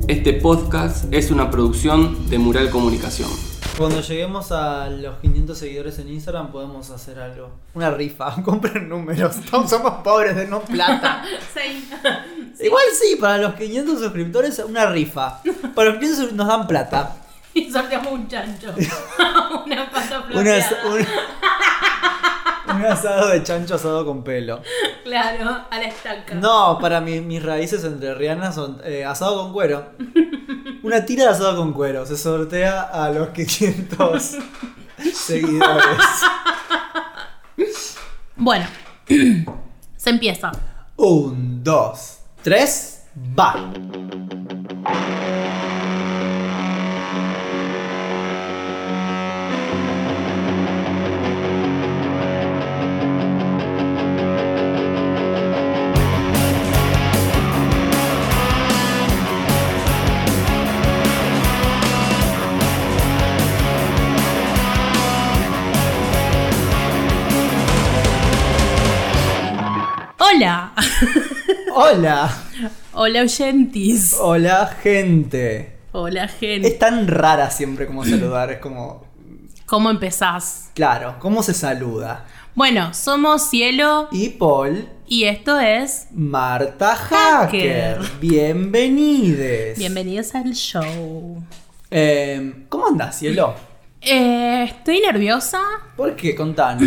Este podcast es una producción de Mural Comunicación. Cuando lleguemos a los 500 seguidores en Instagram podemos hacer algo. Una rifa, compren números. Somos pobres, denos plata. Sí. Igual sí, para los 500 suscriptores una rifa. Para los 500 nos dan plata. Y sorteamos un chancho. Una pata floreada. Un asado de chancho asado con pelo. Claro, a la estaca. No, para mis raíces entrerrianas son asado con cuero. Una tira de asado con cuero. Se sortea a los 500 seguidores. Bueno, se empieza. 1, 2, 3, va. Hola. Hola. Hola oyentis. Hola, gente. Hola gente. Es tan rara siempre como saludar. Es como... ¿Cómo empezás? Claro, ¿cómo se saluda? Bueno, somos Cielo Y Paul. y esto es... Marta Hacker. Bienvenides. Bienvenidos al show. ¿Cómo andás, Cielo? Estoy nerviosa ¿Por qué? Contanos.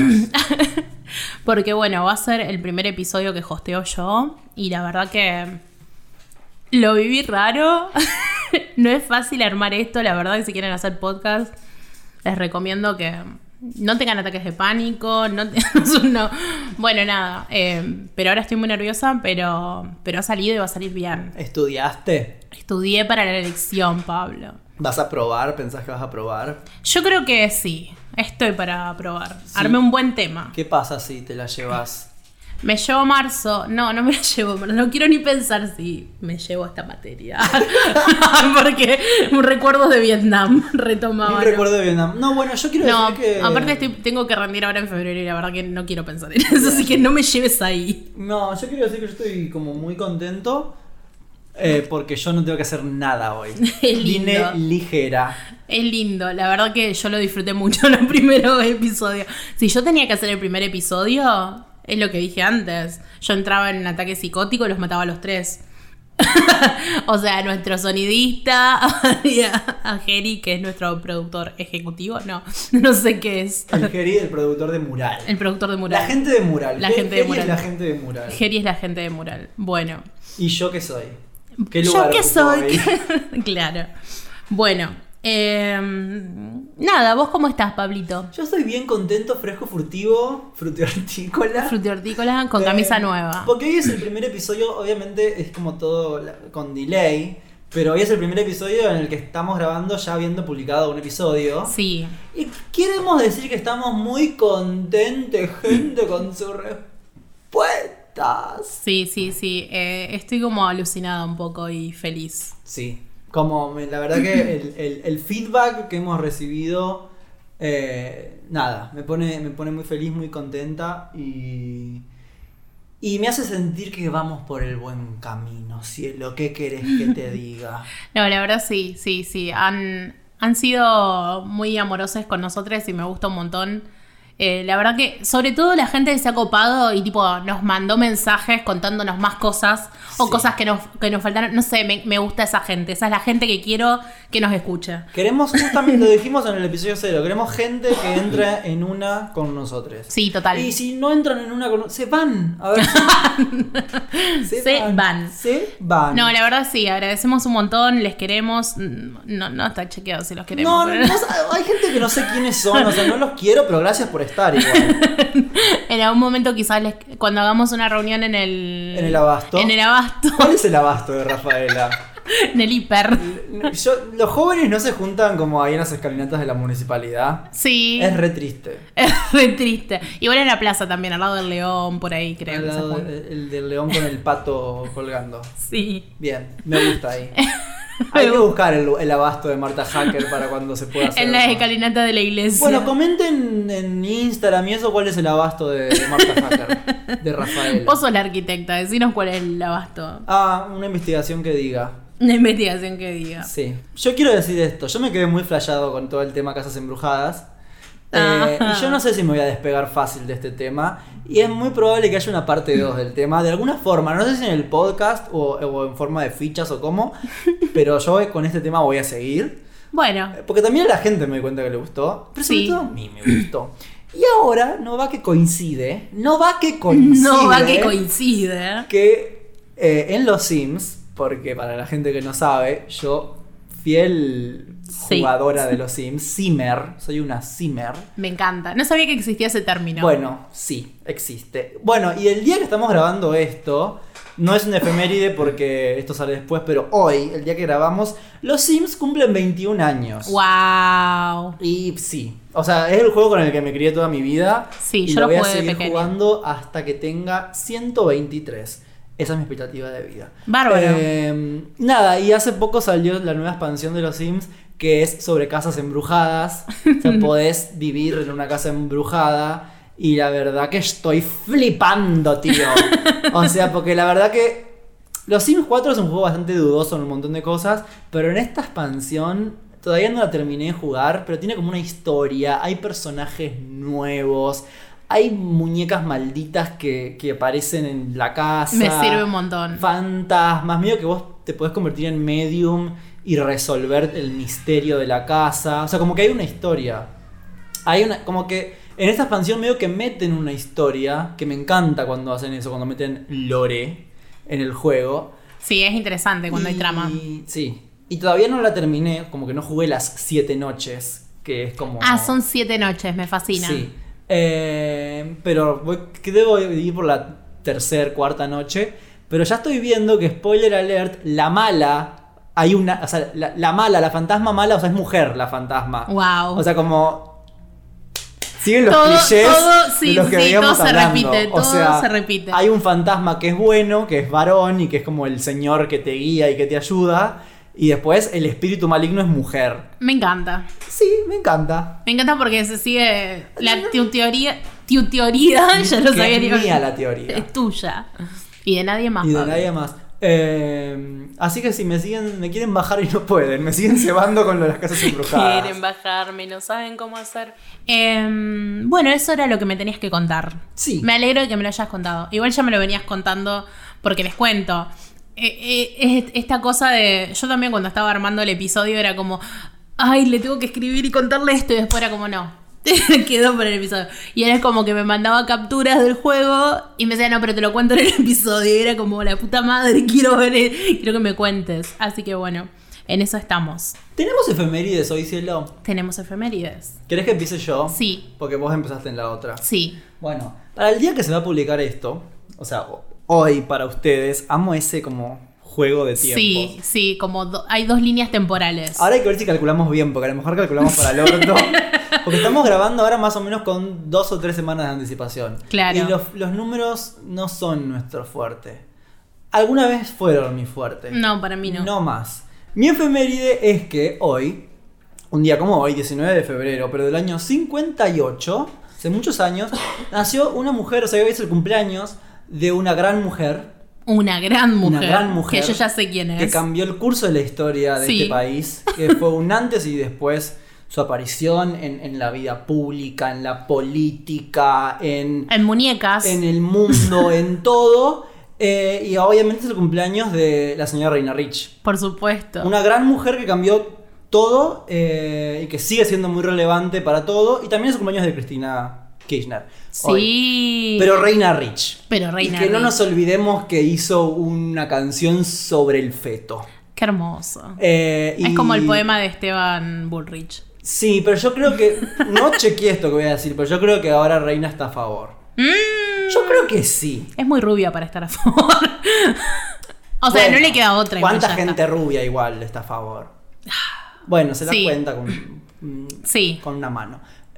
porque bueno, va a ser el primer episodio que hosteo yo y la verdad que lo viví raro. No es fácil armar esto, la verdad que si quieren hacer podcast les recomiendo que no tengan ataques de pánico, no. Bueno, nada, pero ahora estoy muy nerviosa, pero ha salido y va a salir bien. ¿Estudiaste? Estudié para la elección, Pablo. ¿Vas a probar? ¿Pensás que vas a probar? Yo creo que sí, estoy para probar. Sí. Armé un buen tema. ¿Qué pasa si te la llevas? Me llevo marzo. No me la llevo. No quiero ni pensar si me llevo esta materia. Porque recuerdos de Vietnam retomaba. Un recuerdo de Vietnam. No, bueno, yo quiero decir que... aparte tengo que rendir ahora en febrero y la verdad que no quiero pensar en eso. Así que no me lleves ahí. No, yo quiero decir que yo estoy como muy contento porque yo no tengo que hacer nada hoy. Es Vine lindo. ligera. Es lindo. La verdad que yo lo disfruté mucho en los primeros episodios. Si yo tenía que hacer el primer episodio... Es lo que dije antes. Yo entraba en un ataque psicótico y los mataba a los tres. O sea, nuestro sonidista, a Jerry, que es nuestro productor ejecutivo. No sé qué es. El Jerry, el productor de Mural. El productor de Mural. La gente de Mural. La gente de Jerry Mural. es la gente de Mural. Jerry es la gente de Mural. Bueno. ¿Y yo qué soy? ¿Qué ¿Yo lugar qué soy? ocupo Claro. Bueno. Nada, ¿vos cómo estás, Pablito? Yo estoy bien contento, fresco, furtivo, frutihortícola. Frutihortícola con camisa nueva. Porque hoy es el primer episodio, obviamente es como todo con delay, pero hoy es el primer episodio en el que estamos grabando ya habiendo publicado un episodio. Sí. Y queremos decir que estamos muy contentos, gente, con sus respuestas. Sí. Estoy como alucinada un poco y feliz. Sí. Como la verdad que el feedback que hemos recibido, nada, me pone muy feliz, muy contenta y me hace sentir que vamos por el buen camino, Cielo. ¿Qué querés que te diga? No, la verdad sí. Han sido muy amorosos con nosotros y me gusta un montón. La verdad que sobre todo la gente que se ha copado y tipo nos mandó mensajes contándonos más cosas o Sí. cosas que nos faltaron. No sé, me gusta esa gente. Esa es la gente que quiero que nos escuche. Queremos, justamente lo dijimos en el episodio 0, queremos gente que entre en una con nosotros. Sí, total. Y si no entran en una con nosotros, se van. A ver. Se van. Se van. No, la verdad sí, agradecemos un montón, les queremos. No está chequeado si los queremos. No, pero... hay gente que no sé quiénes son, o sea, no los quiero, pero gracias por estar igual. En algún momento quizás cuando hagamos una reunión en el... ¿En el Abasto? En el Abasto. ¿Cuál es el Abasto de Rafaela? En el hiper. Los jóvenes no se juntan como ahí en las escalinatas de la municipalidad. Sí. Es re triste. Es re triste. Igual en la plaza también, al lado del león, por ahí creo Al que se lado juntan. el del león con el pato colgando. Sí. Bien, me gusta ahí. Hay que buscar el abasto de Marta Hacker para cuando se pueda hacer. En la eso. escalinata de la iglesia. Bueno, comenten en Instagram y eso cuál es el abasto de Marta Hacker, de Rafaela. Vos sos la arquitecta, decinos cuál es el abasto. Ah, una investigación que diga. Una investigación que diga. Sí. Yo quiero decir esto. Yo me quedé muy flasheado con todo el tema Casas Embrujadas. Y yo no sé si me voy a despegar fácil de este tema. Y es muy probable que haya una parte 2 del tema. De alguna forma, no sé si en el podcast o en forma de fichas o cómo. Pero yo con este tema voy a seguir. Bueno. Porque también a la gente me di cuenta que le gustó. Pero sobre todo a mí me gustó. Y ahora no va que coincide. Que en los Sims, porque para la gente que no sabe, yo, fiel jugadora de los Sims, Simmer, soy una Simmer. Me encanta. No sabía que existía ese término. Bueno, sí, existe. Bueno, y el día que estamos grabando esto, no es una efeméride porque esto sale después, pero hoy, el día que grabamos, los Sims cumplen 21 años. ¡Wow! Y sí, o sea, es el juego con el que me crié toda mi vida. Sí, y yo lo voy a jugué de seguir pequeña. jugando hasta que tenga 123. Esa es mi expectativa de vida. Bárbaro. Nada, y hace poco salió la nueva expansión de los Sims, que es sobre casas embrujadas. O sea, podés vivir en una casa embrujada. Y la verdad que estoy flipando, tío. O sea, porque la verdad que los Sims 4 es un juego bastante dudoso en un montón de cosas, pero en esta expansión todavía no la terminé de jugar, pero tiene como una historia, hay personajes nuevos, hay muñecas malditas que aparecen en la casa. Me sirve un montón. Fantasmas, medio que vos te podés convertir en medium y resolver el misterio de la casa. O sea, como que hay una historia. Como que en esta expansión medio que meten una historia, que me encanta cuando hacen eso, cuando meten lore en el juego. Sí, es interesante cuando hay trama. Sí. Y todavía no la terminé, como que no jugué las 7 noches, que es como... Son 7 noches, me fascina. Sí. Pero debo ir por la tercera, cuarta noche. Pero ya estoy viendo que, spoiler alert, la mala... Hay una... O sea, la mala, la fantasma mala, o sea, es mujer la fantasma. Wow. O sea, como... Siguen los clichés de los que veníamos hablando. Todo se repite. Hay un fantasma que es bueno, que es varón y que es como el señor que te guía y que te ayuda. Y después el espíritu maligno es mujer. Me encanta. Sí, me encanta. Me encanta porque se sigue la teoría, ya lo sabía. Es mía la teoría. Es tuya. Y de nadie más. Y de nadie más. Así que si me quieren bajar y no pueden, me siguen cebando con lo de las casas embrujadas. Quieren bajarme, no saben cómo hacer. Bueno, eso era lo que me tenías que contar. Sí. Me alegro de que me lo hayas contado. Igual ya me lo venías contando porque les cuento. Esta cosa de... Yo también cuando estaba armando el episodio era como... Ay, le tengo que escribir y contarle esto. Y después era como, no. Quedó por el episodio. Y era como que me mandaba capturas del juego y me decía, no, pero te lo cuento en el episodio. Y era como, la puta madre, quiero que me cuentes. Así que bueno, en eso estamos. ¿Tenemos efemérides hoy, cielo? Tenemos efemérides. ¿Querés que empiece yo? Sí. Porque vos empezaste en la otra. Sí. Bueno, para el día que se va a publicar esto, o sea, hoy para ustedes, amo ese como juego de tiempo. Sí, como hay 2 líneas temporales. Ahora hay que ver si calculamos bien, porque a lo mejor calculamos para el orto. Porque estamos grabando ahora más o menos con 2 o 3 semanas de anticipación. Claro. Y los números no son nuestro fuerte. Alguna vez fueron mi fuerte. No, para mí no. No más. Mi efeméride es que hoy, un día como hoy, 19 de febrero, pero del año 58, hace muchos años, nació una mujer, o sea, hoy es el cumpleaños de una gran mujer. Una gran mujer. Que yo ya sé quién es. Que cambió el curso de la historia de este país. Que fue un antes y después su aparición en la vida pública, en la política, en muñecas. En el mundo, en todo. Y obviamente es el cumpleaños de la señora Reina Rich. Por supuesto. Una gran mujer que cambió todo y que sigue siendo muy relevante para todo. Y también es el cumpleaños de Cristina Kirchner. Sí. Hoy. Pero Reina Rich. Y que no nos olvidemos que hizo una canción sobre el feto. Qué hermoso. Es como el poema de Esteban Bullrich. Sí, pero yo creo que... No chequeé esto que voy a decir, pero yo creo que ahora Reina está a favor. Yo creo que sí. Es muy rubia para estar a favor. O sea, no le queda otra. ¿Cuánta gente rubia igual está a favor? Bueno, se da cuenta con una mano.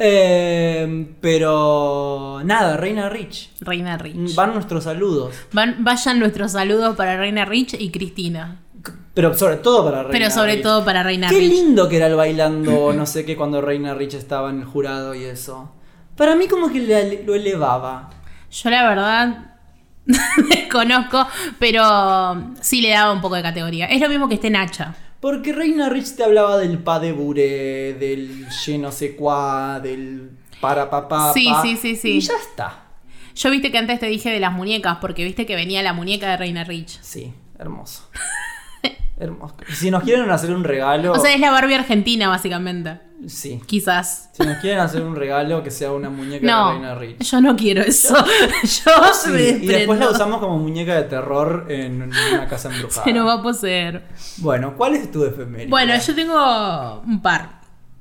Pero nada, Reina Rich. Reina Rich. Van nuestros saludos. Vayan nuestros saludos para Reina Rich y Cristina. Pero sobre todo para Reina Rich. Rich. Qué lindo que era el bailando, no sé qué, cuando Reina Rich estaba en el jurado y eso. Para mí como que lo elevaba. Yo la verdad Desconozco, pero sí le daba un poco de categoría. Es lo mismo que esté Nacha. Porque Reina Rich te hablaba del pa de buré, del je no sé cuá, del para papá. Sí. Y ya está. Yo viste que antes te dije de las muñecas, porque viste que venía la muñeca de Reina Rich. Sí, hermoso. Hermoso. Si nos quieren hacer un regalo... O sea, es la Barbie argentina, básicamente. Sí. Quizás. Si nos quieren hacer un regalo, que sea una muñeca de Reina Rich. Yo no quiero eso. Yo Sí, me y desprendo. después la usamos como muñeca de terror en una casa embrujada. Se nos va a poseer. Bueno, ¿cuál es tu efeméride? Bueno, yo tengo un par.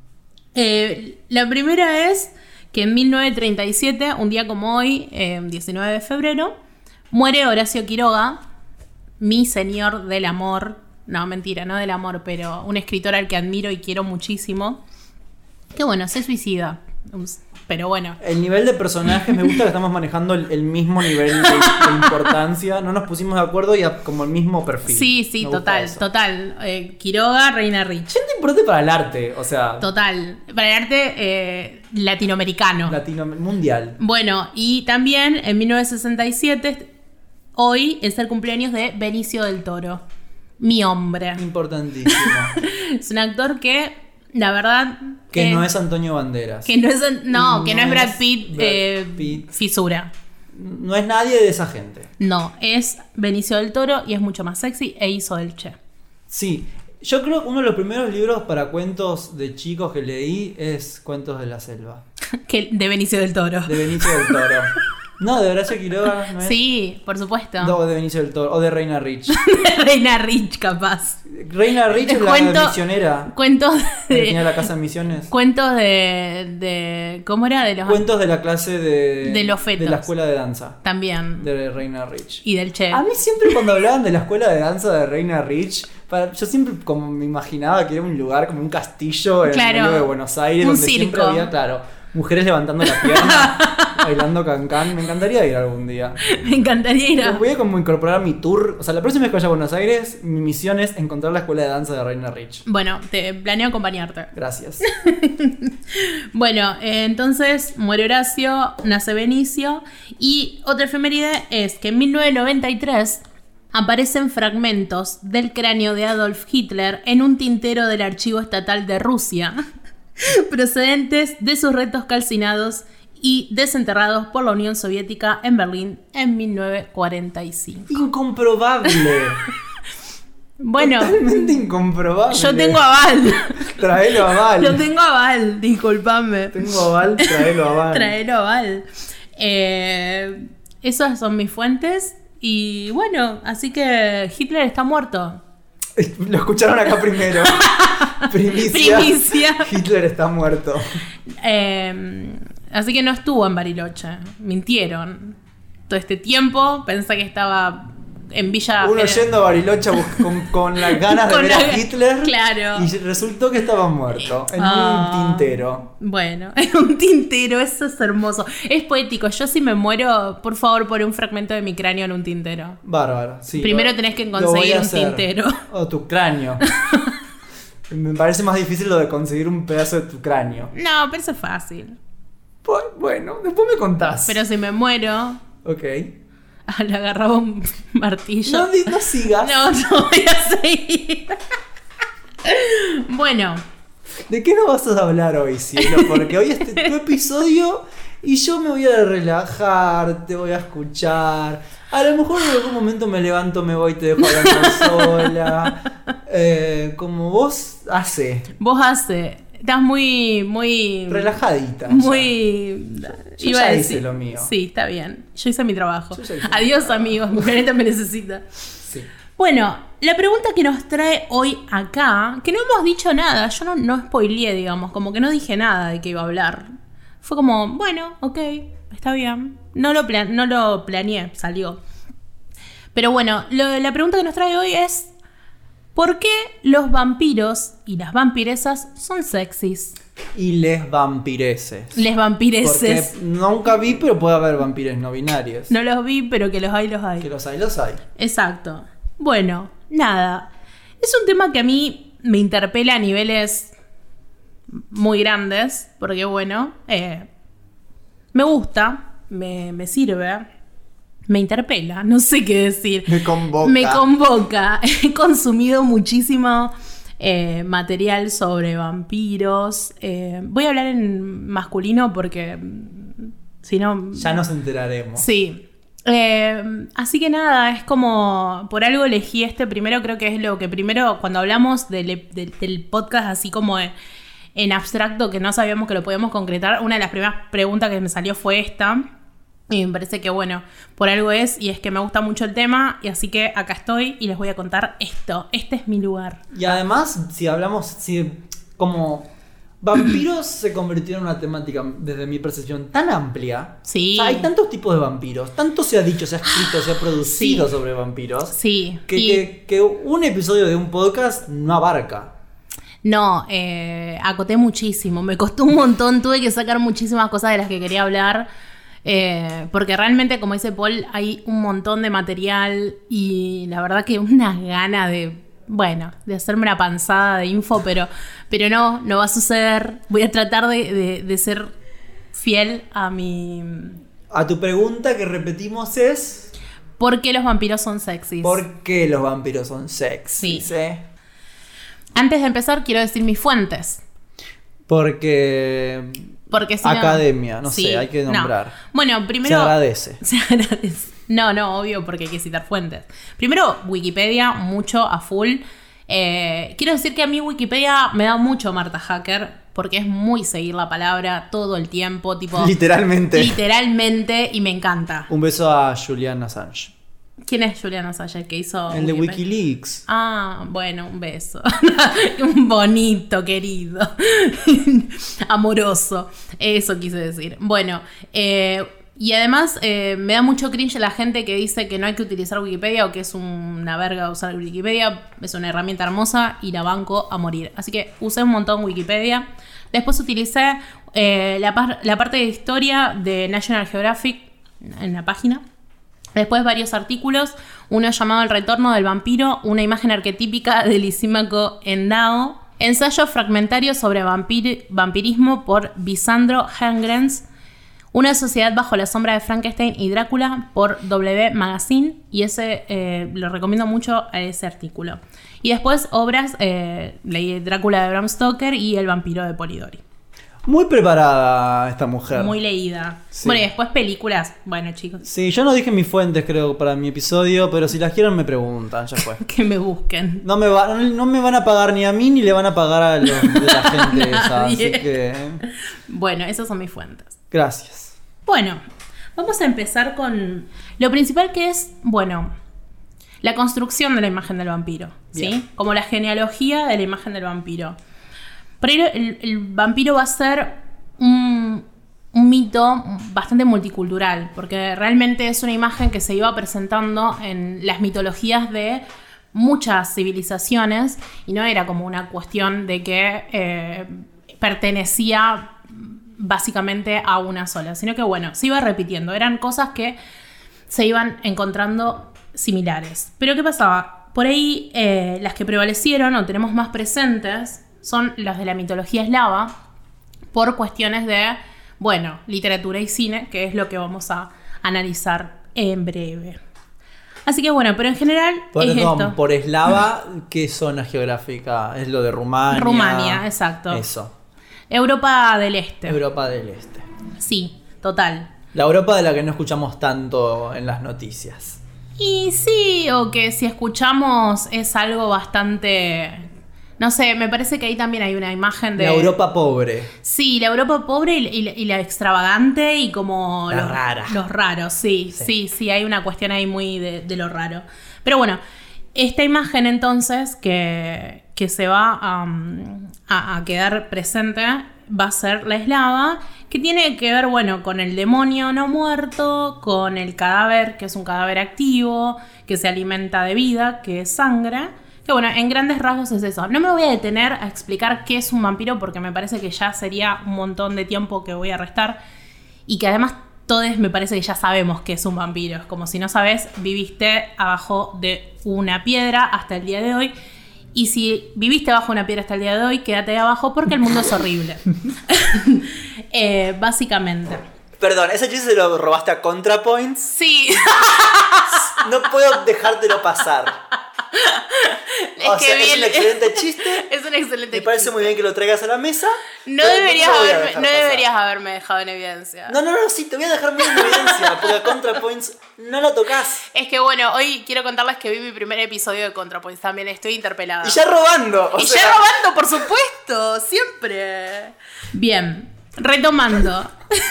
La primera es que en 1937, un día como hoy, 19 de febrero, muere Horacio Quiroga, mi señor del amor. No, mentira, no del amor, pero un escritor al que admiro y quiero muchísimo. Que bueno, se suicida. Pero bueno. El nivel de personajes, me gusta que estamos manejando el mismo nivel de importancia. No nos pusimos de acuerdo y como el mismo perfil. Sí, Me gusta eso. total. Quiroga, Reina Rich. Gente importante para el arte, o sea. Total. Para el arte latinoamericano. Mundial. Bueno, y también en 1967, hoy es el cumpleaños de Benicio del Toro. Mi hombre. Importantísimo. Es un actor que, la verdad... Que no es Antonio Banderas. Que no es Brad Pitt, Pitt. fisura. No es nadie de esa gente. No, es Benicio del Toro y es mucho más sexy e hizo el Che. Sí. Yo creo que uno de los primeros libros para cuentos de chicos que leí es Cuentos de la Selva. De Benicio del Toro. De Benicio del Toro. No, de Horacio Quiroga, ¿no es? Sí, por supuesto. No, de Benicio del Toro. O de Reina Rich. De Reina Rich, capaz. Reina Rich es la misionera. Cuentos Que tenía de... la casa en Misiones. Cuentos de... ¿Cómo era? De los... Cuentos de la clase de los fetos. De la escuela de danza. También. De Reina Rich. Y del Che. A mí siempre cuando hablaban de la escuela de danza de Reina Rich, yo siempre como me imaginaba que era un lugar como un castillo en Claro, medio de Buenos Aires, un donde circo. siempre había, claro, mujeres levantando la pierna, bailando cancán. Me encantaría ir algún día. Me encantaría ir a... Voy a como incorporar a mi tour. O sea, la próxima vez que vaya a Buenos Aires, mi misión es encontrar la escuela de danza de Reina Rich. Bueno, te planeo acompañarte. Gracias. Bueno, entonces muere Horacio, nace Benicio. Y otra efeméride es que en 1993 aparecen fragmentos del cráneo de Adolf Hitler en un tintero del Archivo Estatal de Rusia, procedentes de sus restos calcinados y desenterrados por la Unión Soviética en Berlín en 1945. Incomprobable. Bueno, Totalmente incomprobable. yo tengo aval. Traelo a Val. Yo tengo aval, discúlpame. Tengo aval, traelo a Val. Traelo aval. Esas son mis fuentes. Y bueno, así que Hitler está muerto. Lo escucharon acá primero. Primicia. Hitler está muerto. Así que no estuvo en Bariloche. Mintieron. Todo este tiempo pensé que estaba en Villa... Uno yendo a Bariloche con las ganas de ver a Hitler. Claro. Y resultó que estaba muerto. En un tintero. Bueno, en un tintero. Eso es hermoso. Es poético. Yo si me muero, por favor, pon un fragmento de mi cráneo en un tintero. Bárbaro. Sí, Primero tenés que lo voy conseguir a un hacer. tintero. O tu cráneo. Me parece más difícil lo de conseguir un pedazo de tu cráneo. No, pero eso es fácil. Bueno, después me contás. Pero si me muero, Ok. le agarraba un martillo. No sigas. No voy a seguir. Bueno, ¿De qué nos vas a hablar hoy, cielo? Porque hoy es tu episodio y yo me voy a relajar, te voy a escuchar. A lo mejor en algún momento me levanto, me voy y te dejo hablando sola. Como vos hace. estás muy Relajadita. muy... Yo iba ya a hice decir. lo mío. Sí, está bien. Yo hice mi trabajo. Yo ya hice mi Adiós, trabajo. amigos. Mi planeta me necesita. Sí. Bueno, la pregunta que nos trae hoy acá, que no hemos dicho nada, yo no spoileé, digamos, como que no dije nada de qué iba a hablar. Fue como, bueno, ok, está bien. No lo planeé, salió. Pero bueno, la pregunta que nos trae hoy es, ¿por qué los vampiros y las vampiresas son sexys? Y les vampireses. Les vampireses. Porque nunca vi, pero puede haber vampires no binarios. No los vi, pero que los hay, los hay. Que los hay, los hay. Exacto. Bueno, nada. Es un tema que a mí me interpela a niveles muy grandes, porque bueno, me gusta, me sirve. me interpela, no sé qué decir. Me convoca. Me convoca. He consumido muchísimo material sobre vampiros. Voy a hablar en masculino porque si no... Ya nos enteraremos. Sí. Así que nada, es como... Por algo elegí este primero, creo que es lo que primero, cuando hablamos del podcast así como en abstracto, que no sabíamos que lo podíamos concretar, una de las primeras preguntas que me salió fue esta. Y me parece que bueno, por algo es, y es que me gusta mucho el tema, y así que acá estoy y les voy a contar esto. Este es mi lugar. Y además, si hablamos, como vampiros se convirtió en una temática, desde mi percepción, tan amplia. Sí. O sea, hay tantos tipos de vampiros, tanto se ha dicho, se ha escrito, se ha producido sobre vampiros. Sí. Que un episodio de un podcast no abarca. No, acoté muchísimo, me costó un montón, tuve que sacar muchísimas cosas de las que quería hablar. Porque realmente, como dice Paul, hay un montón de material y la verdad que una gana de hacerme una panzada de info, pero no va a suceder. Voy a tratar de ser fiel a mi... A tu pregunta que repetimos es... ¿Por qué los vampiros son sexys? ¿Por qué los vampiros son sexys? Sí. Antes de empezar, quiero decir mis fuentes. Porque si academia, no sí, sé, hay que nombrar. No. Bueno, primero... Se agradece. Se agradece. No, obvio, porque hay que citar fuentes. Primero, Wikipedia, mucho, a full. Quiero decir que a mí Wikipedia me da mucho Marta Hacker, porque es muy seguir la palabra todo el tiempo, tipo... Literalmente, y me encanta. Un beso a Julian Assange. ¿Quién es Julian Assange, el que hizo El de Wikipedia? Wikileaks. Ah, bueno, un beso. Un bonito, querido. Amoroso. Eso quise decir. Bueno, y además me da mucho cringe la gente que dice que no hay que utilizar Wikipedia o que es una verga usar Wikipedia. Es una herramienta hermosa y la banco a morir. Así que usé un montón Wikipedia. Después utilicé la parte de historia de National Geographic en la página. Después varios artículos, uno llamado El retorno del vampiro, una imagen arquetípica de Lisímaco Endao, ensayo fragmentario sobre vampirismo por Visandro Herngren, una sociedad bajo la sombra de Frankenstein y Drácula por W Magazine, y ese lo recomiendo mucho a ese artículo. Y después obras, leí Drácula de Bram Stoker y El vampiro de Polidori. Muy preparada esta mujer. Muy leída. Sí. Bueno, y después películas. Bueno, chicos. Sí, yo no dije mis fuentes, creo, para mi episodio, pero si las quieren me preguntan, ya fue. Que me busquen. No me van a pagar ni a mí ni le van a pagar a los de la gente esa, así que... Bueno, esas son mis fuentes. Gracias. Bueno, vamos a empezar con lo principal, que es, la construcción de la imagen del vampiro, ¿sí? Bien. Como la genealogía de la imagen del vampiro. Pero el vampiro va a ser un mito bastante multicultural, porque realmente es una imagen que se iba presentando en las mitologías de muchas civilizaciones y no era como una cuestión de que pertenecía básicamente a una sola, sino que se iba repitiendo, eran cosas que se iban encontrando similares. Pero ¿qué pasaba? Por ahí las que prevalecieron o tenemos más presentes son las de la mitología eslava, por cuestiones de, literatura y cine, que es lo que vamos a analizar en breve. Así que pero en general es esto. Por eslava, ¿qué zona geográfica? Es lo de Rumania. Rumania, exacto. Eso. Europa del Este. Europa del Este. Sí, total. La Europa de la que no escuchamos tanto en las noticias. Y sí, o que si escuchamos es algo bastante... No sé, me parece que ahí también hay una imagen de... La Europa pobre. Sí, la Europa pobre y la extravagante y como... La rara. Los raros, sí, hay una cuestión ahí muy de lo raro. Pero esta imagen entonces que se va a quedar presente va a ser la eslava, que tiene que ver, con el demonio no muerto, con el cadáver, que es un cadáver activo, que se alimenta de vida, que es sangre. Que en grandes rasgos es eso. No me voy a detener a explicar qué es un vampiro porque me parece que ya sería un montón de tiempo que voy a restar y que además todos me parece que ya sabemos qué es un vampiro. Es como si no sabes, viviste abajo de una piedra hasta el día de hoy, y si viviste bajo una piedra hasta el día de hoy, quédate ahí abajo porque el mundo es horrible. Básicamente. Perdón, ese chiste se lo robaste a ContraPoints. Sí. No puedo dejártelo pasar. Es O que sea, es bien. un excelente chiste. Es un excelente Me parece chiste. muy bien que lo traigas a la mesa. No pero deberías, te lo voy a haberme, dejar no pasar. deberías haberme dejado en evidencia. No, sí, te voy a dejar muy en evidencia. Porque a ContraPoints no lo tocas. Es que bueno, hoy quiero contarles que vi mi primer episodio de ContraPoints. También estoy interpelada. Y ya robando. o Y sea, ya robando, por supuesto, siempre. Bien, retomando.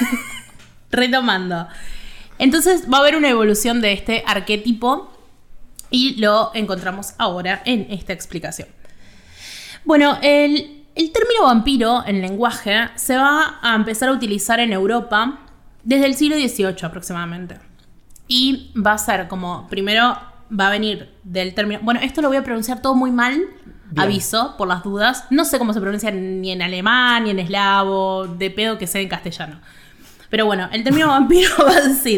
Retomando. Entonces va a haber una evolución de este arquetipo y lo encontramos ahora en esta explicación. Bueno, el término vampiro en lenguaje se va a empezar a utilizar en Europa desde el siglo XVIII aproximadamente. Y va a ser como, primero va a venir del término... Bueno, esto lo voy a pronunciar todo muy mal, Bien. aviso, por las dudas. No sé cómo se pronuncia ni en alemán, ni en eslavo, de pedo que sé en castellano. Pero bueno, el término vampiro va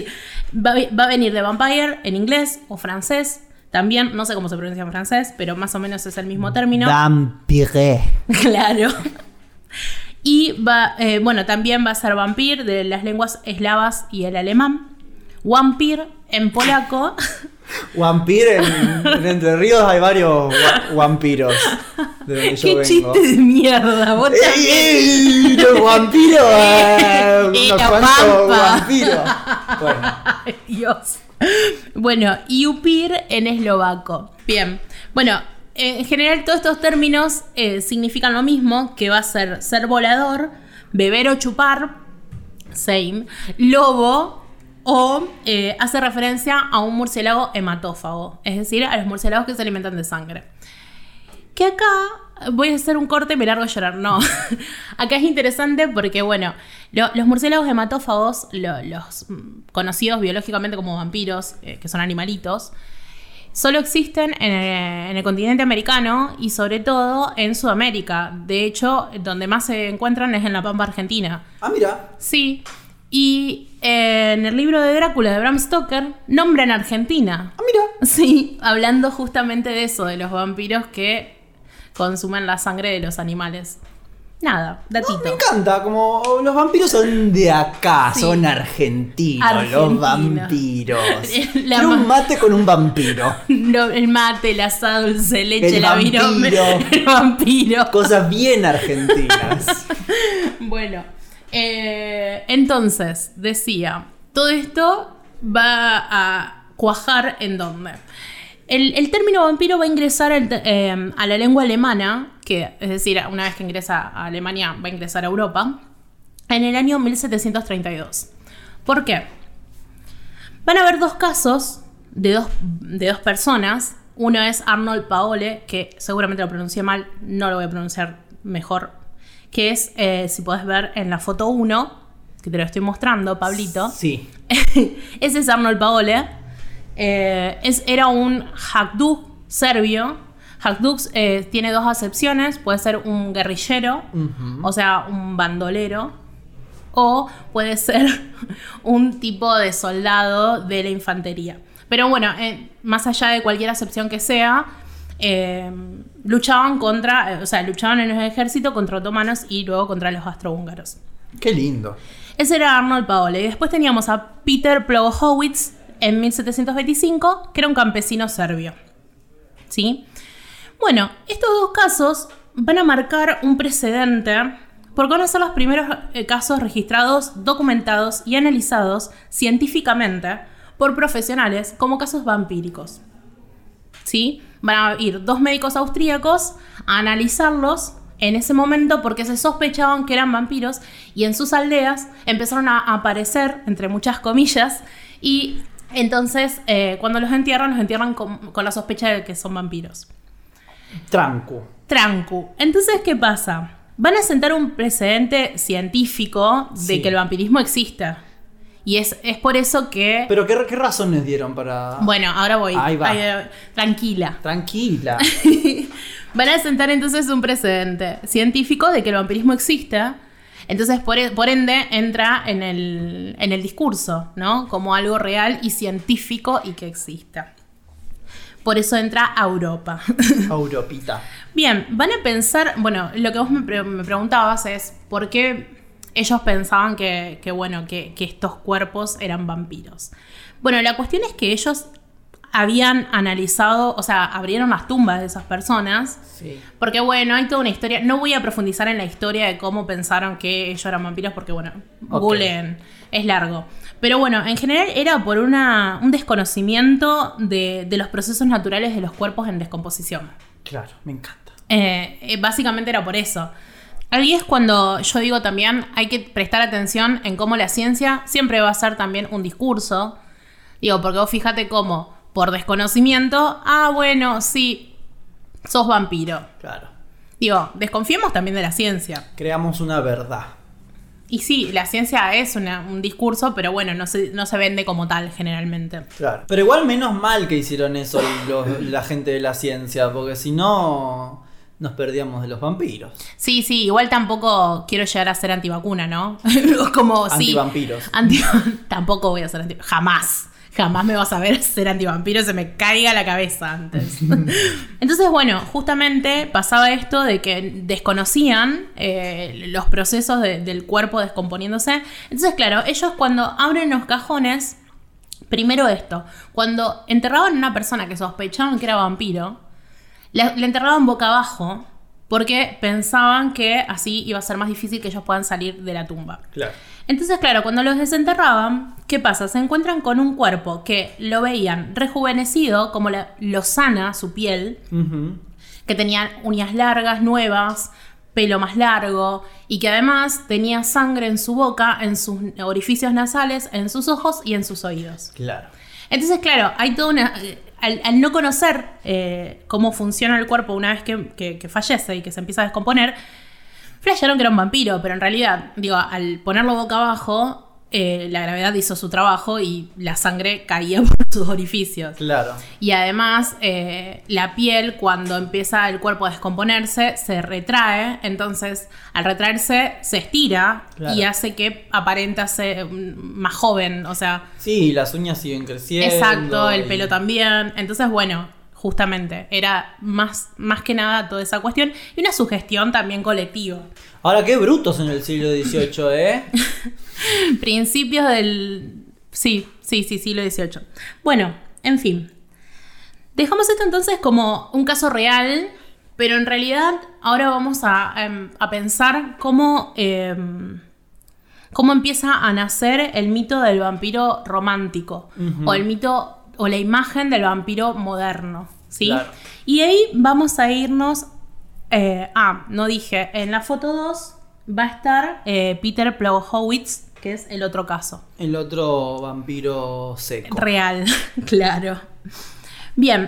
a venir de vampire en inglés o francés. También, no sé cómo se pronuncia en francés, pero más o menos es el mismo término. Vampire. Claro. Y bueno, también va a ser vampir de las lenguas eslavas y el alemán. Vampir en polaco. Vampire en Entre Ríos hay varios vampiros. De donde yo ¡Qué vengo. chiste de mierda! Vos también. ¡Ey! ¡Los vampiros! Unos La cuantos pampa. vampiros. Bueno. Ay, Dios. Bueno, y upir en eslovaco. Bien. Bueno, en general todos estos términos significan lo mismo, que va a ser volador, beber o chupar, same, lobo, o hace referencia a un murciélago hematófago, es decir, a los murciélagos que se alimentan de sangre. Que acá voy a hacer un corte y me largo a llorar. No, acá es interesante porque, bueno, los murciélagos hematófagos, los conocidos biológicamente como vampiros, que son animalitos, solo existen en el continente americano y sobre todo en Sudamérica. De hecho, donde más se encuentran es en la pampa argentina. Ah, mira. Sí, y en el libro de Drácula de Bram Stoker nombran Argentina. Ah, mira. Sí, hablando justamente de eso, de los vampiros que consumen la sangre de los animales. Nada, datito. Me encanta, como los vampiros son de acá, Sí. son argentinos, Argentinos. los vampiros. La Quiero un ma- mate con un vampiro. No, el mate, el asado, el dulce de leche, El la virome, vampiro. el vampiro. Cosas bien argentinas. Bueno, entonces, decía, todo esto va a cuajar en dónde. El término vampiro va a ingresar a la lengua alemana, que es decir, una vez que ingresa a Alemania, va a ingresar a Europa, en el año 1732. ¿Por qué? Van a haber dos casos de dos personas. Uno es Arnold Paole, que seguramente lo pronuncié mal, no lo voy a pronunciar mejor, que es, si podés ver en la foto 1, que te lo estoy mostrando, Pablito. Sí. Ese es Arnold Paole. Era un Hajduk serbio. Hajduk tiene dos acepciones. Puede ser un guerrillero, o sea, un bandolero, o puede ser un tipo de soldado de la infantería. Pero bueno, más allá de cualquier acepción que sea, luchaban en el ejército contra otomanos y luego contra los austrohúngaros. Qué lindo. Ese era Arnold Paole. Y después teníamos a Peter Plogowicz en 1725, que era un campesino serbio. ¿Sí? Bueno, estos dos casos van a marcar un precedente porque van a ser los primeros casos registrados, documentados y analizados científicamente por profesionales como casos vampíricos. ¿Sí? Van a ir dos médicos austríacos a analizarlos en ese momento porque se sospechaban que eran vampiros y en sus aldeas empezaron a aparecer, entre muchas comillas, y entonces cuando los entierran con la sospecha de que son vampiros. Trancu. Entonces, ¿qué pasa? Van a sentar un precedente científico de Sí. que el vampirismo existe. Y es por eso que... Pero ¿qué razones dieron para...? Bueno, ahora voy. Ahí va. Tranquila. Tranquila. Van a sentar entonces un precedente científico de que el vampirismo existe. Entonces, por ende, entra en el discurso, ¿no? Como algo real y científico y que exista. Por eso entra a Europa. Europita. Bien, van a pensar... Bueno, lo que vos me preguntabas es ¿por qué ellos pensaban que estos cuerpos eran vampiros. Bueno, la cuestión es que ellos habían analizado, o sea, abrieron las tumbas de esas personas. Sí. Porque bueno, hay toda una historia. No voy a profundizar en la historia de cómo pensaron que ellos eran vampiros, porque bueno, googleen, es largo. Pero bueno, en general era por un desconocimiento de los procesos naturales de los cuerpos en descomposición. Claro, me encanta. Básicamente era por eso. Ahí es cuando yo digo también, hay que prestar atención en cómo la ciencia siempre va a ser también un discurso. Digo, porque vos fíjate cómo, por desconocimiento, bueno, sí, sos vampiro. Claro. Digo, desconfiemos también de la ciencia. Creamos una verdad. Y sí, la ciencia es un discurso, pero bueno, no se vende como tal generalmente. Claro. Pero igual menos mal que hicieron eso la gente de la ciencia, porque si no nos perdíamos de los vampiros. Sí, igual tampoco quiero llegar a ser antivacuna, ¿no? Como antivampiros. Tampoco voy a ser antivacuna. Jamás me vas a ver ser antivampiro, se me caiga la cabeza antes. Entonces, bueno, justamente pasaba esto de que desconocían los procesos del cuerpo descomponiéndose. Entonces, claro, ellos cuando abren los cajones, primero esto, cuando enterraban a una persona que sospechaban que era vampiro, la enterraban boca abajo porque pensaban que así iba a ser más difícil que ellos puedan salir de la tumba. Claro. Entonces, claro, cuando los desenterraban, ¿qué pasa? Se encuentran con un cuerpo que lo veían rejuvenecido, como lo sana su piel, que tenía uñas largas, nuevas, pelo más largo, y que además tenía sangre en su boca, en sus orificios nasales, en sus ojos y en sus oídos. Claro. Entonces, claro, hay toda una... Al no conocer cómo funciona el cuerpo una vez que fallece y que se empieza a descomponer, flashearon que era un vampiro, pero en realidad, digo, al ponerlo boca abajo, la gravedad hizo su trabajo y la sangre caía por sus orificios. Claro. Y además, la piel, cuando empieza el cuerpo a descomponerse, se retrae. Entonces, al retraerse, se estira, claro, y hace que aparenta ser más joven. O sea... Sí, las uñas siguen creciendo. Exacto, el pelo también. Entonces, bueno... Justamente, era más que nada toda esa cuestión y una sugestión también colectiva. Ahora, qué brutos en el siglo XVIII, ¿eh? Principios del... Sí, siglo XVIII. Bueno, en fin. Dejamos esto entonces como un caso real, pero en realidad ahora vamos a pensar cómo empieza a nacer el mito del vampiro romántico, o el mito... o la imagen del vampiro moderno, ¿sí? Claro. Y ahí vamos a irnos... no dije, en la foto 2 va a estar Peter Plauchowitz, que es el otro caso. El otro vampiro seco. Real, claro. Bien,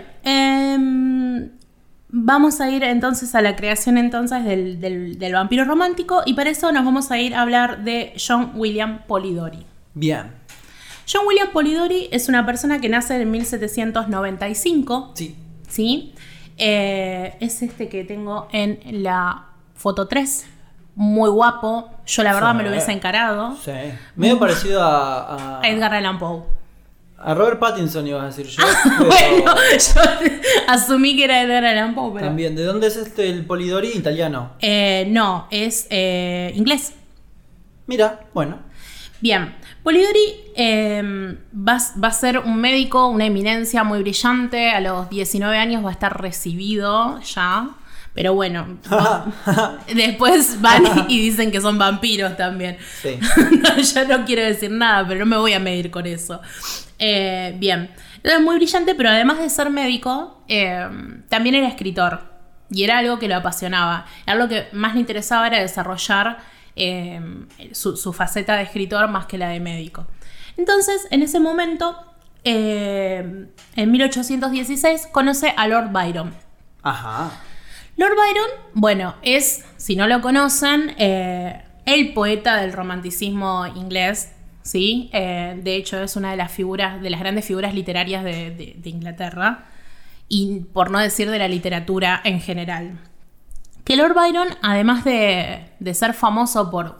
vamos a ir entonces a la creación entonces del vampiro romántico, y para eso nos vamos a ir a hablar de John William Polidori. Bien. John William Polidori es una persona que nace en 1795. Sí. ¿Sí? Es este que tengo en la foto 3. Muy guapo. Yo la verdad me lo hubiese encarado. Sí. Medio parecido a Edgar Allan Poe. A Robert Pattinson ibas a decir yo. Bueno, yo asumí que era Edgar Allan Poe. Pero... También. ¿De dónde es el Polidori? ¿Italiano? No, es inglés. Mira, bueno. Bien, Polidori va a ser un médico, una eminencia muy brillante. A los 19 años va a estar recibido ya. Pero bueno, después van y dicen que son vampiros también. Sí. Yo no quiero decir nada, pero no me voy a medir con eso. Bien, era muy brillante, pero además de ser médico, también era escritor. Y era algo que lo apasionaba. Era lo que más le interesaba, era desarrollar su faceta de escritor más que la de médico. Entonces, en ese momento, en 1816, conoce a Lord Byron. Ajá. Lord Byron, bueno, es, si no lo conocen, el poeta del romanticismo inglés, ¿sí? De hecho, es una de las grandes figuras literarias de Inglaterra, y por no decir de la literatura en general. Que Lord Byron, además de ser famoso por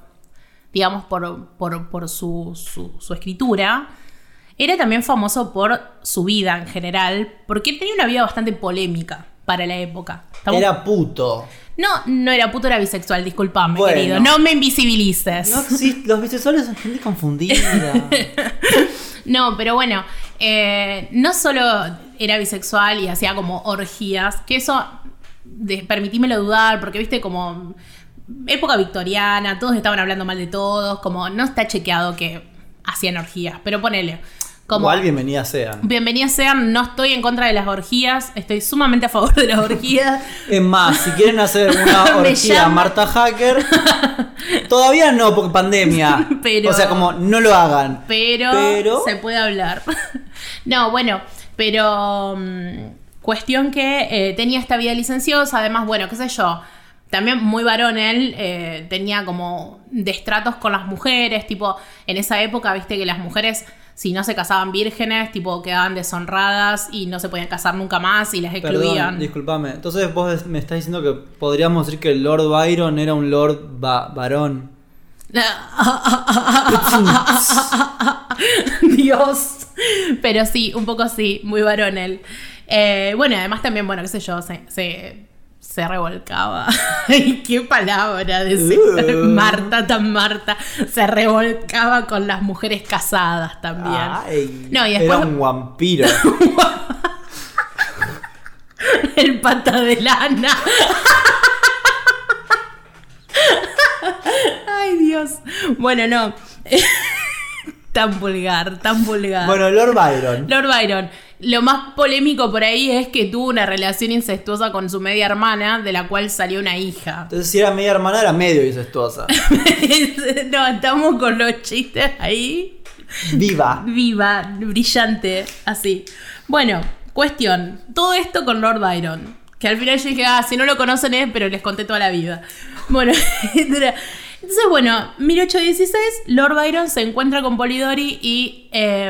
su escritura, era también famoso por su vida en general, porque él tenía una vida bastante polémica para la época. Era puto. No era puto, era bisexual, disculpame, Bueno. querido. No me invisibilices. No, sí, los bisexuales son gente confundida. No, pero bueno, no solo era bisexual y hacía como orgías, que eso, permitímelo dudar, porque viste como época victoriana, todos estaban hablando mal de todos, como no está chequeado que hacían orgías, pero ponele. Como, Igual bienvenidas sean. bienvenidas sean, no estoy en contra de las orgías, estoy sumamente a favor de las orgías. Es más, si quieren hacer una Me orgía llama. Marta Hacker, todavía no, porque pandemia. Pero- o sea, como no lo hagan. Pero se puede hablar. No, bueno, pero cuestión que tenía esta vida licenciosa, además, bueno, qué sé yo, también muy varón él, tenía como destratos con las mujeres, tipo, en esa época, viste que las mujeres, si no se casaban vírgenes, tipo, quedaban deshonradas y no se podían casar nunca más y las excluían. Perdón, disculpame. Entonces vos me estás diciendo que podríamos decir que el Lord Byron era un Lord varón. Dios. Pero sí, un poco sí, muy varón él. Bueno, además también, bueno, qué sé yo, se revolcaba. Ay, qué palabra decir. Marta, tan Marta. Se revolcaba con las mujeres casadas también. Ay, No, y después- era un vampiro. El pata de lana. Ay, Dios. Bueno, no. Tan vulgar, tan vulgar. Bueno, Lord Byron. Lord Byron. Lo más polémico por ahí es que tuvo una relación incestuosa con su media hermana, de la cual salió una hija. Entonces si era media hermana era medio incestuosa. No, estamos con los chistes ahí. Viva. Viva, brillante, así. Bueno, cuestión. Todo esto con Lord Byron. Que al final yo dije, si no lo conocen es, pero les conté toda la vida. Bueno, entonces, bueno, 1816, Lord Byron se encuentra con Polidori y...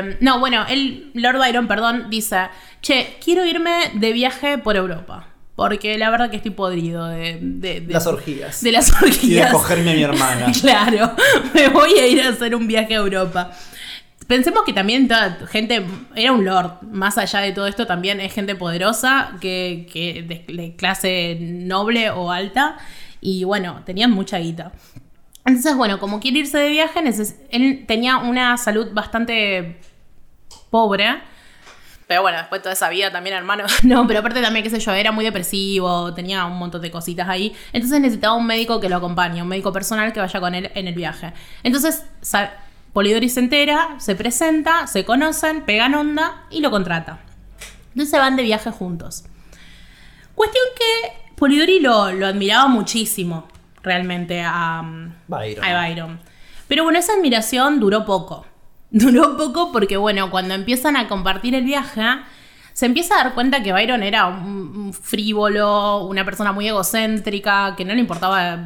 Lord Byron, perdón, dice, che, quiero irme de viaje por Europa. Porque la verdad que estoy podrido de Las orgías. De las orgías. Y de cogerme a mi hermana. Claro, me voy a ir a hacer un viaje a Europa. Pensemos que también toda gente, era un lord, más allá de todo esto también es gente poderosa, que de clase noble o alta, y bueno, tenían mucha guita. Entonces, bueno, como quiere irse de viaje, él tenía una salud bastante pobre. Pero bueno, después de toda esa vida también, hermano. No, pero aparte también, qué sé yo, era muy depresivo, tenía un montón de cositas ahí. Entonces necesitaba un médico que lo acompañe, un médico personal que vaya con él en el viaje. Entonces, Polidori se entera, se presenta, se conocen, pegan onda y lo contrata. Entonces se van de viaje juntos. Cuestión que Polidori lo admiraba muchísimo, realmente, a Byron. Pero bueno, esa admiración duró poco. Duró poco porque, bueno, cuando empiezan a compartir el viaje, se empieza a dar cuenta que Byron era un frívolo, una persona muy egocéntrica, que no le importaba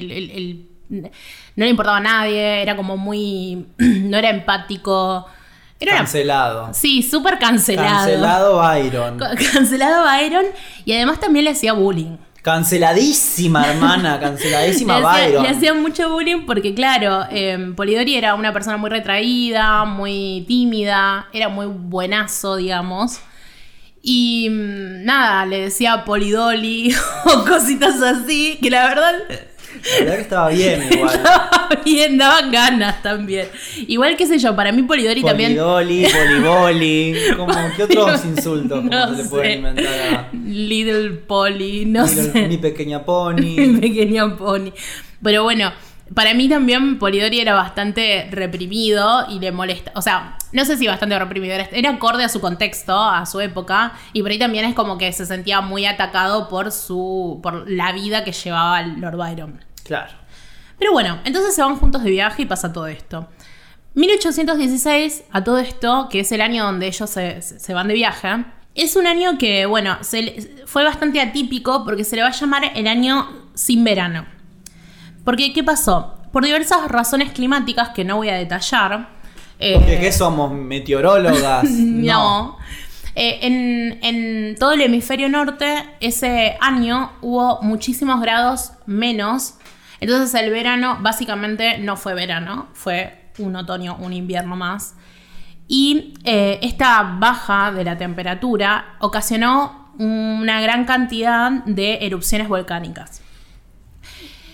no le importaba a nadie, era como muy... no era empático. Era Cancelado. Sí, súper cancelado. Cancelado Byron. Cancelado Byron y además también le hacía bullying. Canceladísima, hermana. Canceladísima Byron. Le hacían mucho bullying porque, claro, Polidori era una persona muy retraída, muy tímida, era muy buenazo, digamos. Y nada, le decía Polidoli o cositas así, que la verdad... La verdad que estaba bien igual. Estaba bien, daban ganas también. Igual, qué sé yo, para mí Polidori también... Polidoli, poliboli. ¿Qué otros insultos no se le sé. pueden inventar a Little Poli, no sé. Mi pequeña pony? Mi pequeña pony. Pero bueno, para mí también Polidori era bastante reprimido y le molesta. O sea, no sé si bastante reprimido, era acorde a su contexto, a su época. Y por ahí también es como que se sentía muy atacado por la vida que llevaba Lord Byron. Claro. Pero bueno, entonces se van juntos de viaje y pasa todo esto. 1816, a todo esto, que es el año donde ellos se van de viaje, es un año que, bueno, fue bastante atípico porque se le va a llamar el año sin verano. Porque, ¿qué pasó? Por diversas razones climáticas que no voy a detallar. Porque ¿qué somos? ¿Meteorólogas? No. En todo el hemisferio norte, ese año hubo muchísimos grados menos. Entonces el verano básicamente no fue verano, fue un otoño, un invierno más. Y esta baja de la temperatura ocasionó una gran cantidad de erupciones volcánicas.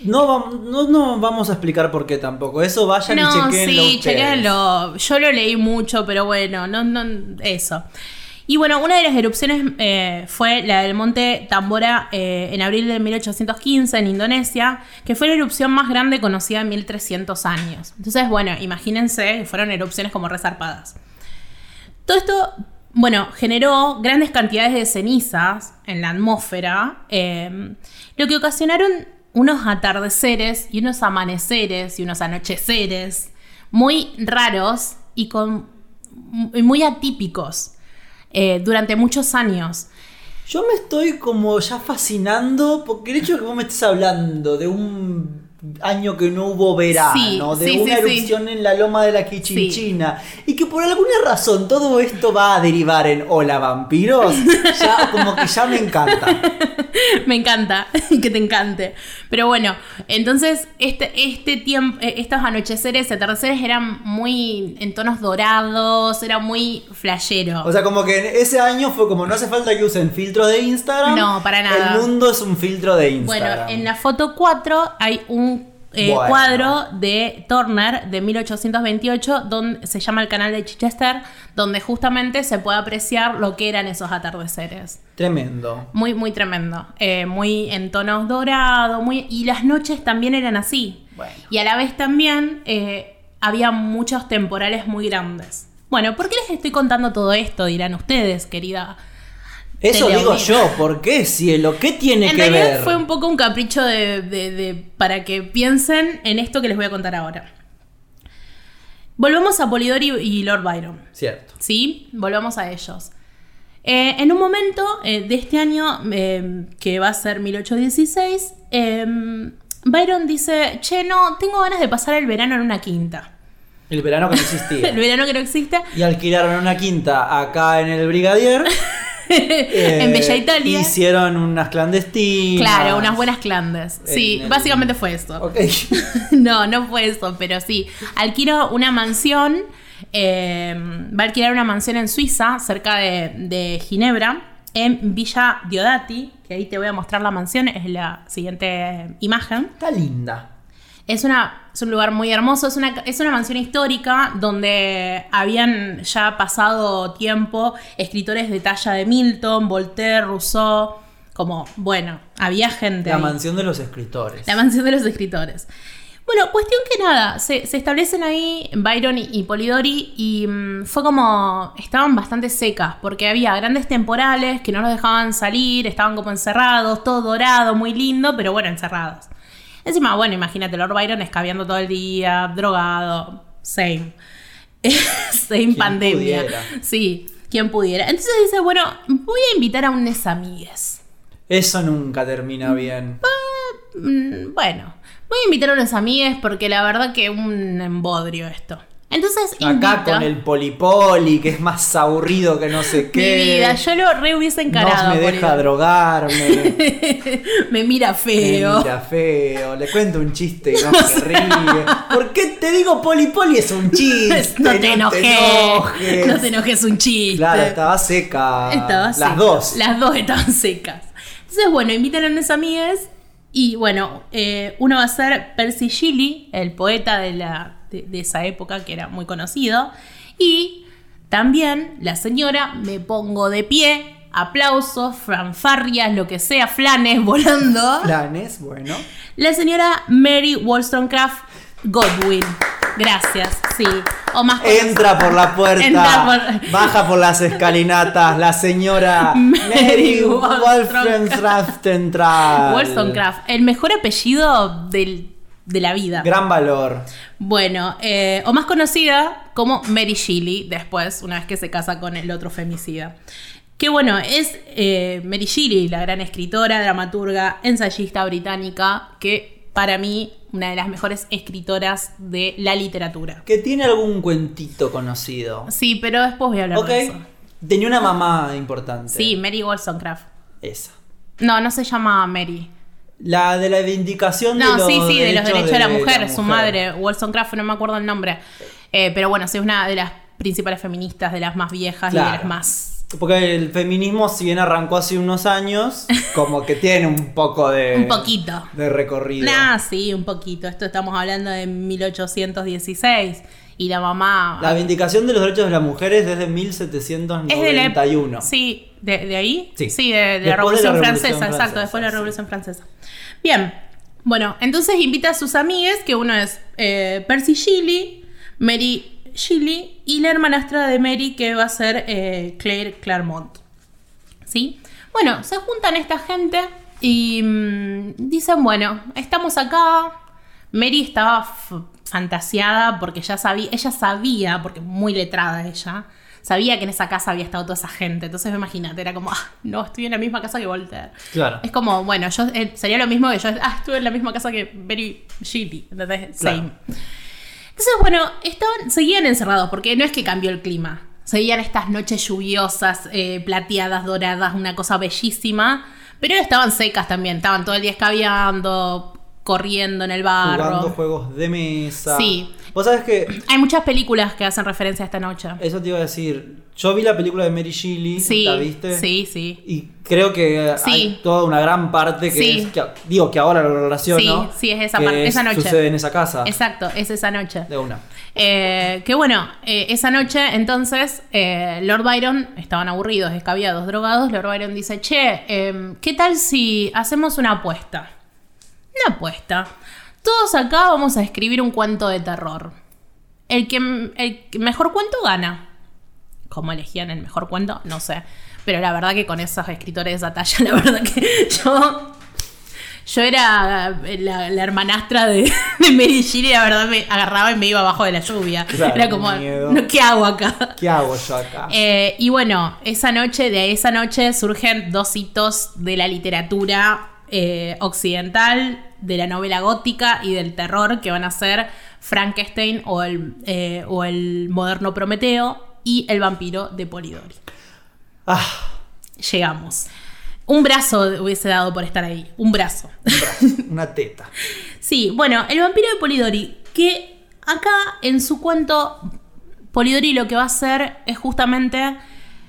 No vamos a explicar por qué tampoco. Eso vayan y chequenlo. Sí, chequenlo. Yo lo leí mucho, pero bueno, no, eso. Y bueno, una de las erupciones fue la del monte Tambora en abril de 1815 en Indonesia, que fue la erupción más grande conocida en 1300 años. Entonces, bueno, imagínense, fueron erupciones como resarpadas. Todo esto, bueno, generó grandes cantidades de cenizas en la atmósfera, lo que ocasionaron unos atardeceres y unos amaneceres y unos anocheceres muy raros y muy atípicos durante muchos años. Yo me estoy como ya fascinando porque el hecho de que vos me estés hablando de un año que no hubo verano, de una erupción en la loma de la Quichinchina, y que por alguna razón todo esto va a derivar en hola vampiros, ya como que ya me encanta. Me encanta que te encante. Pero bueno, entonces este tiempo, estos anocheceres, atardeceres eran muy en tonos dorados, era muy flashero. O sea, como que ese año fue como no hace falta que usen filtros de Instagram. No, para nada. El mundo es un filtro de Instagram. Bueno, en la foto 4 hay un cuadro de Turner de 1828 donde se llama el canal de Chichester, donde justamente se puede apreciar lo que eran esos atardeceres. Tremendo. Muy, muy tremendo. Muy en tonos dorados, y las noches también eran así. Bueno. Y a la vez también había muchos temporales muy grandes. Bueno, ¿por qué les estoy contando todo esto? Dirán ustedes, querida. Eso digo yo, ¿por qué, cielo? ¿Qué tiene que ver? En realidad fue un poco un capricho para que piensen en esto que les voy a contar ahora. Volvemos a Polidori y Lord Byron. Cierto. ¿Sí? Volvamos a ellos. En un momento de este año, que va a ser 1816, Byron dice, no, tengo ganas de pasar el verano en una quinta. El verano que no existía. El verano que no existe. Y alquilaron una quinta acá en el Brigadier. En Bella Italia. Hicieron unas clandestinas. Claro, unas buenas clandes. Sí, básicamente fue eso. Okay. No fue eso, pero sí. Alquiló una mansión. Va a alquilar una mansión en Suiza, cerca de Ginebra, en Villa Diodati, que ahí te voy a mostrar la mansión, es la siguiente imagen. Está linda. Es un lugar muy hermoso, es una mansión histórica donde habían ya pasado tiempo escritores de talla de Milton, Voltaire, Rousseau, como, bueno, había gente La ahí. mansión de los escritores. La mansión de los escritores. Bueno, cuestión que nada, se establecen ahí Byron y Polidori y fue como, estaban bastante secas porque había grandes temporales que no los dejaban salir, estaban como encerrados, todo dorado, muy lindo, pero bueno, encerrados. Encima, bueno, imagínate, Lord Byron escabeando todo el día, drogado, same pandemia. Pudiera. Sí, quien pudiera. Entonces dice, bueno, voy a invitar a unas amigues. Eso nunca termina bien. Bueno, voy a invitar a unas amigues porque la verdad que un embodrio esto. Entonces acá con el polipoli, que es más aburrido que no sé qué. Mi vida, yo lo re hubiese encarado. No me deja drogarme. Me mira feo. Me mira feo. Le cuento un chiste y no se ríe. ¿Por qué te digo polipoli? Es un chiste. No te enojes. No te enojes, un chiste. Claro, estaba seca. Las dos. Las dos estaban secas. Entonces, bueno, invitan a unas amigas. Y bueno, uno va a ser Percy Shelley, el poeta de esa época que era muy conocido. Y también la señora, me pongo de pie, aplausos, fanfarrias, lo que sea, flanes volando. Flanes, bueno. La señora Mary Wollstonecraft Godwin. Gracias, sí. O más entra por la puerta, baja por las escalinatas, la señora Mary Wollstonecraft. Wollstonecraft, el mejor apellido de la vida. Gran valor. Bueno, o más conocida como Mary Shelley, después, una vez que se casa con el otro femicida. Que bueno, es Mary Shelley, la gran escritora, dramaturga, ensayista británica, que para mí, una de las mejores escritoras de la literatura. Que tiene algún cuentito conocido. Sí, pero después voy a hablar de eso. Tenía una mamá importante. Sí, Mary Wollstonecraft. Esa. No se llama Mary. La de la vindicación de los de los derechos de la mujer. Su madre, Wollstonecraft, no me acuerdo el nombre. Pero bueno, sí, es una de las principales feministas, de las más viejas, claro, y de las más Porque el feminismo, si bien arrancó hace unos años, como que tiene un poco de... Un poquito. De recorrido. Sí, un poquito. Esto estamos hablando de 1816. Y la mamá... La vindicación de los derechos de las mujeres desde 1791. Sí, ¿de ahí? Sí, Sí, de la Revolución Francesa, exacto, después de la Revolución Francesa. Bien, bueno, entonces invita a sus amigues, que uno es Percy Shelley, Mary Shelley y la hermanastra de Mary, que va a ser Claire Claremont. ¿Sí? Bueno, se juntan esta gente y dicen, bueno, estamos acá. Mary estaba fantaseada porque ella sabía, porque muy letrada ella, sabía que en esa casa había estado toda esa gente. Entonces imagínate, era como, no, estoy en la misma casa que Voltaire. Claro. Es como, bueno, yo sería lo mismo que yo, estuve en la misma casa que Mary Shelley. ¿Entendés? Claro. Same. Entonces, bueno, seguían encerrados porque no es que cambió el clima. Seguían estas noches lluviosas, plateadas, doradas, una cosa bellísima. Pero estaban secas también, estaban todo el día escabeando, corriendo en el barro. Jugando juegos de mesa. Sí. Vos sabés que... Hay muchas películas que hacen referencia a esta noche. Eso te iba a decir. Yo vi la película de Mary Shelley. Sí, ¿la viste? Sí. Y creo que hay toda una gran parte que es... que ahora lo relaciono. Sí, es esa parte, esa noche. Sucede en esa casa. Exacto, es esa noche. De una. Que bueno, esa noche entonces Lord Byron, estaban aburridos, escabiados, drogados. Lord Byron dice, ¿qué tal si hacemos una apuesta? Una apuesta. Todos acá vamos a escribir un cuento de terror. El que mejor cuento gana. ¿Cómo elegían el mejor cuento? No sé. Pero la verdad que con esos escritores de esa talla, la verdad que yo era la hermanastra de Mary Shelley, la verdad me agarraba y me iba abajo de la lluvia. Claro, era como, ¿qué hago acá? ¿Qué hago yo acá? Y bueno, de esa noche surgen dos hitos de la literatura occidental, de la novela gótica y del terror, que van a ser Frankenstein o el moderno Prometeo y el vampiro de Polidori. Llegamos. Un brazo hubiese dado por estar ahí. Un brazo. Una teta. Sí, bueno, el vampiro de Polidori, que acá en su cuento Polidori lo que va a hacer es justamente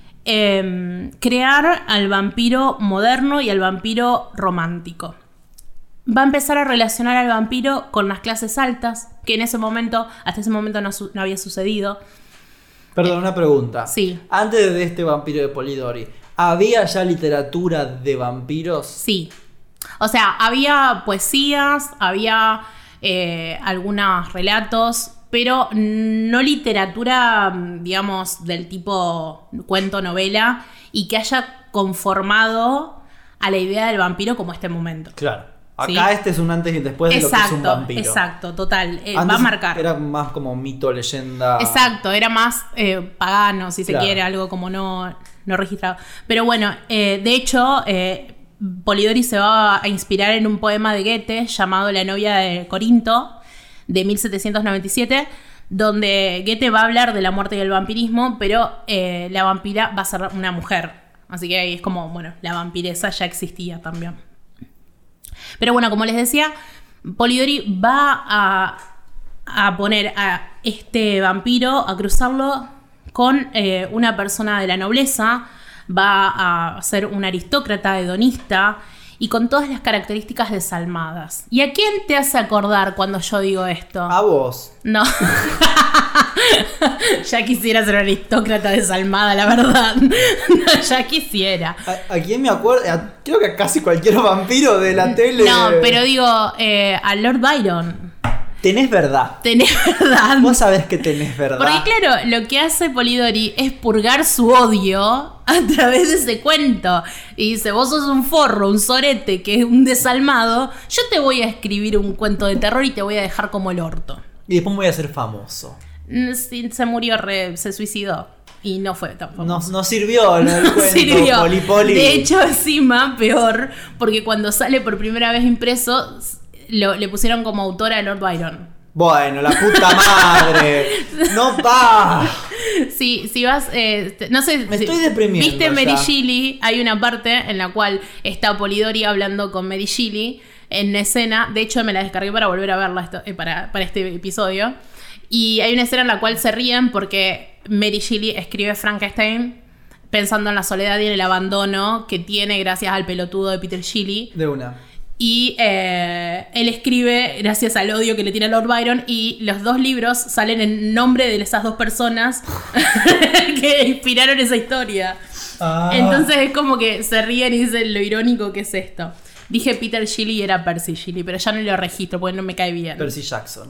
crear al vampiro moderno y al vampiro romántico. Va a empezar a relacionar al vampiro con las clases altas, que hasta ese momento no había sucedido. Perdón, una pregunta. Sí. Antes de este vampiro de Polidori, ¿había ya literatura de vampiros? Sí. O sea, había poesías, había algunos relatos, pero no literatura, digamos, del tipo cuento, novela, y que haya conformado a la idea del vampiro como este momento. Claro. Acá este es un antes y después de lo que es un vampiro. Exacto, total. Antes va a marcar. Era más como mito, leyenda. Exacto, era más pagano, si se quiere, algo como no registrado. Pero bueno, de hecho, Polidori se va a inspirar en un poema de Goethe llamado La novia de Corinto, de 1797, donde Goethe va a hablar de la muerte y el vampirismo, pero la vampira va a ser una mujer. Así que ahí es como, bueno, la vampiresa ya existía también. Pero bueno, como les decía, Polidori va a poner a este vampiro, a cruzarlo con una persona de la nobleza, va a ser un aristócrata hedonista y con todas las características desalmadas. ¿Y a quién te hace acordar cuando yo digo esto? A vos. No. Ya quisiera ser aristócrata desalmada, la verdad. No, ya quisiera. ¿A quién me acuerdo? Creo que a casi cualquier vampiro de la tele. No, pero digo, a Lord Byron. Tenés verdad. Tenés verdad. Vos sabés que tenés verdad. Porque claro, lo que hace Polidori es purgar su odio a través de ese cuento. Y dice, vos sos un forro, un sorete, que es un desalmado. Yo te voy a escribir un cuento de terror y te voy a dejar como el orto. Y después me voy a hacer famoso. Se murió, se suicidó. Y no fue tan famoso. No sirvió el cuento. Sirvió. Poli. De hecho, encima, peor, porque cuando sale por primera vez impreso, le pusieron como autora a Lord Byron. Bueno, la puta madre. No pa. Si vas, no sé, me estoy deprimiendo. ¿Viste Mary Shelley? Hay una parte en la cual está Polidori hablando con Mary Shelley en escena. De hecho, me la descargué para volver a verla para este episodio. Y hay una escena en la cual se ríen porque Mary Shelley escribe Frankenstein pensando en la soledad y en el abandono que tiene gracias al pelotudo de Peter Shelley. De una. Y él escribe gracias al odio que le tiene a Lord Byron, y los 2 libros salen en nombre de esas 2 personas que inspiraron esa historia. Entonces es como que se ríen y dicen lo irónico que es esto. Dije Peter Shelley y era Percy Shelley, pero ya no lo registro porque no me cae bien. Percy Jackson.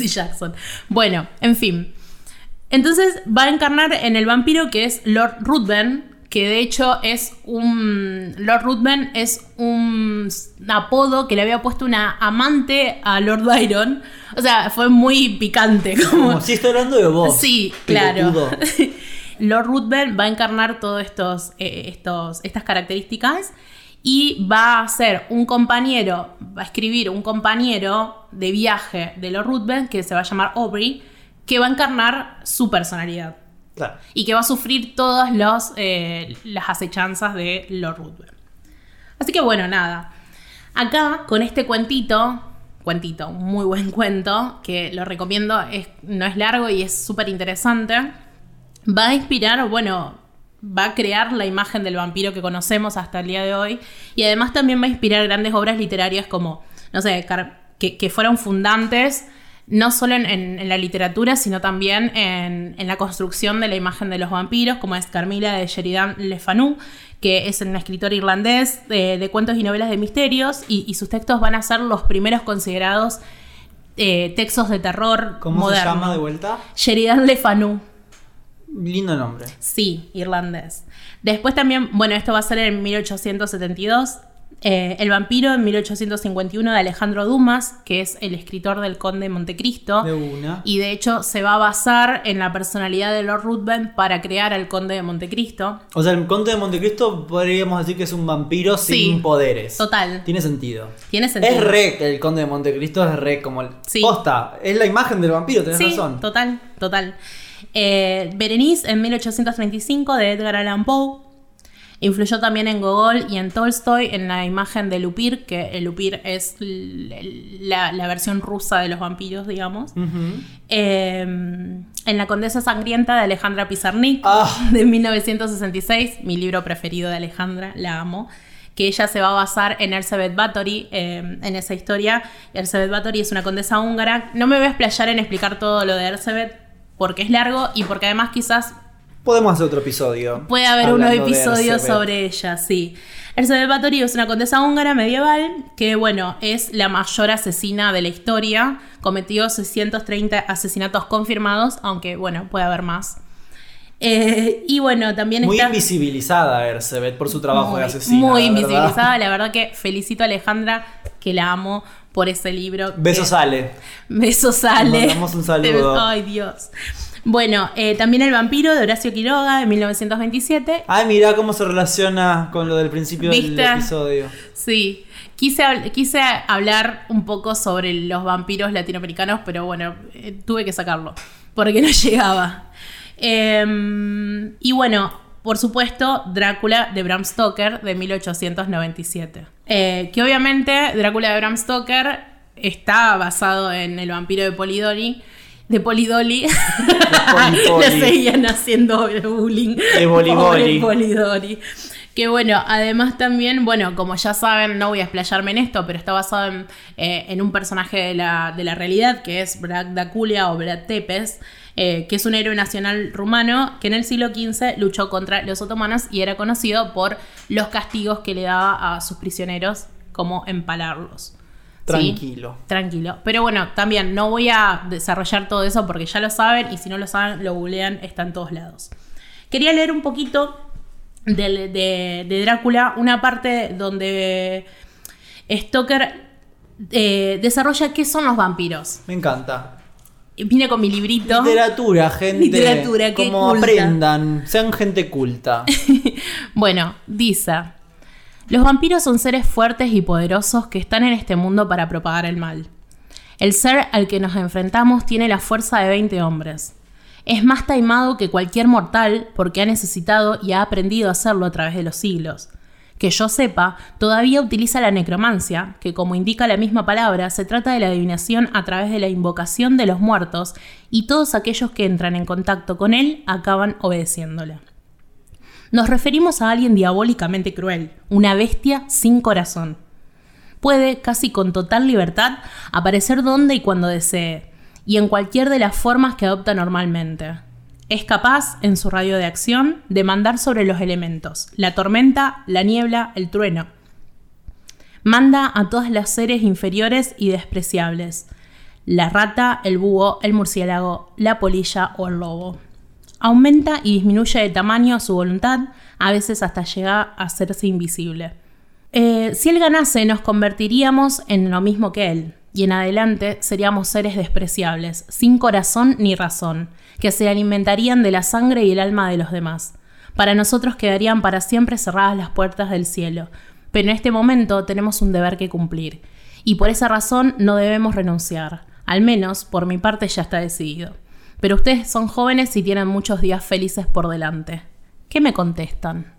Bueno, en fin. Entonces va a encarnar en el vampiro que es Lord Ruthven, que de hecho es Lord Ruthven es un apodo que le había puesto una amante a Lord Byron. O sea, fue muy picante. Como si estoy hablando de vos. Sí, claro. Lord Ruthven va a encarnar todas estas características y va a ser un compañero, va a escribir un compañero de viaje de Lord Ruthven que se va a llamar Aubrey, que va a encarnar su personalidad. Claro. Y que va a sufrir todas las acechanzas de Lord Ruthven. Así que bueno, nada. Acá, con este cuentito, un muy buen cuento, que lo recomiendo, no es largo y es súper interesante, va a inspirar, va a crear la imagen del vampiro que conocemos hasta el día de hoy, y además también va a inspirar grandes obras literarias como, no sé, que fueron fundantes no solo en la literatura, sino también en la construcción de la imagen de los vampiros, como es Carmila de Sheridan Le Fanu, que es un escritor irlandés de cuentos y novelas de misterios, y sus textos van a ser los primeros considerados textos de terror ¿Cómo moderno. se llama de vuelta? Sheridan Le Fanu. Lindo nombre. Sí, irlandés. Después también, esto va a ser en 1872. El vampiro en 1851 de Alejandro Dumas, que es el escritor del Conde de Montecristo. De una. Y de hecho se va a basar en la personalidad de Lord Ruthven para crear al Conde de Montecristo. O sea, el Conde de Montecristo podríamos decir que es un vampiro sin poderes. Total. Tiene sentido. Es re, el Conde de Montecristo es re como posta. Es la imagen del vampiro, tenés razón. Total. Berenice en 1835 de Edgar Allan Poe. Influyó también en Gogol y en Tolstoy en la imagen de Lupir, que el Lupir es la versión rusa de los vampiros, digamos. Uh-huh. En La Condesa Sangrienta de Alejandra Pizarnik, de 1966, mi libro preferido de Alejandra, la amo, que ella se va a basar en Elizabeth Bathory, en esa historia. Elizabeth Bathory es una condesa húngara. No me voy a explayar en explicar todo lo de Elizabeth, porque es largo y porque además quizás podemos hacer otro episodio. Puede haber unos episodios sobre ella, sí. Elizabeth Bathory es una condesa húngara medieval que, es la mayor asesina de la historia. Cometió 630 asesinatos confirmados, aunque, puede haber más. Y también muy está invisibilizada Elizabeth por su trabajo de asesina. Muy invisibilizada, la verdad que felicito a Alejandra, que la amo por ese libro. Besos Ale. Besos Ale. Le mandamos un saludo. Ay, Dios. También El vampiro de Horacio Quiroga de 1927. Ay, mirá cómo se relaciona con lo del principio del episodio. Sí. Quise hablar un poco sobre los vampiros latinoamericanos, pero tuve que sacarlo porque no llegaba. Por supuesto, Drácula de Bram Stoker de 1897. Que obviamente Drácula de Bram Stoker está basado en el vampiro de Polidori. De Polidori. Le seguían haciendo bullying. De Boliboli. Polidori. Que además también, como ya saben, no voy a explayarme en esto, pero está basado en un personaje de la realidad, que es Vlad Daculia o Vlad Tepes, que es un héroe nacional rumano que en el siglo XV luchó contra los otomanos y era conocido por los castigos que le daba a sus prisioneros, como empalarlos. Tranquilo. ¿Sí? Tranquilo. Pero también no voy a desarrollar todo eso porque ya lo saben, y si no lo saben, lo googlean, está en todos lados. Quería leer un poquito de Drácula, una parte donde Stoker desarrolla qué son los vampiros. Me encanta. Vine con mi librito. Literatura, gente. Literatura, qué como culta. Aprendan, sean gente culta. Dice: los vampiros son seres fuertes y poderosos que están en este mundo para propagar el mal. El ser al que nos enfrentamos tiene la fuerza de 20 hombres. Es más taimado que cualquier mortal porque ha necesitado y ha aprendido a hacerlo a través de los siglos. Que yo sepa, todavía utiliza la necromancia, que como indica la misma palabra, se trata de la adivinación a través de la invocación de los muertos, y todos aquellos que entran en contacto con él acaban obedeciéndole. Nos referimos a alguien diabólicamente cruel, una bestia sin corazón. Puede, casi con total libertad, aparecer donde y cuando desee, y en cualquier de las formas que adopta normalmente. Es capaz, en su radio de acción, de mandar sobre los elementos, la tormenta, la niebla, el trueno. Manda a todas las seres inferiores y despreciables, la rata, el búho, el murciélago, la polilla o el lobo. Aumenta y disminuye de tamaño a su voluntad, a veces hasta llega a hacerse invisible. Si él ganase, nos convertiríamos en lo mismo que él, y en adelante seríamos seres despreciables, sin corazón ni razón, que se alimentarían de la sangre y el alma de los demás. Para nosotros quedarían para siempre cerradas las puertas del cielo, pero en este momento tenemos un deber que cumplir, y por esa razón no debemos renunciar. Al menos, por mi parte, ya está decidido. Pero ustedes son jóvenes y tienen muchos días felices por delante. ¿Qué me contestan?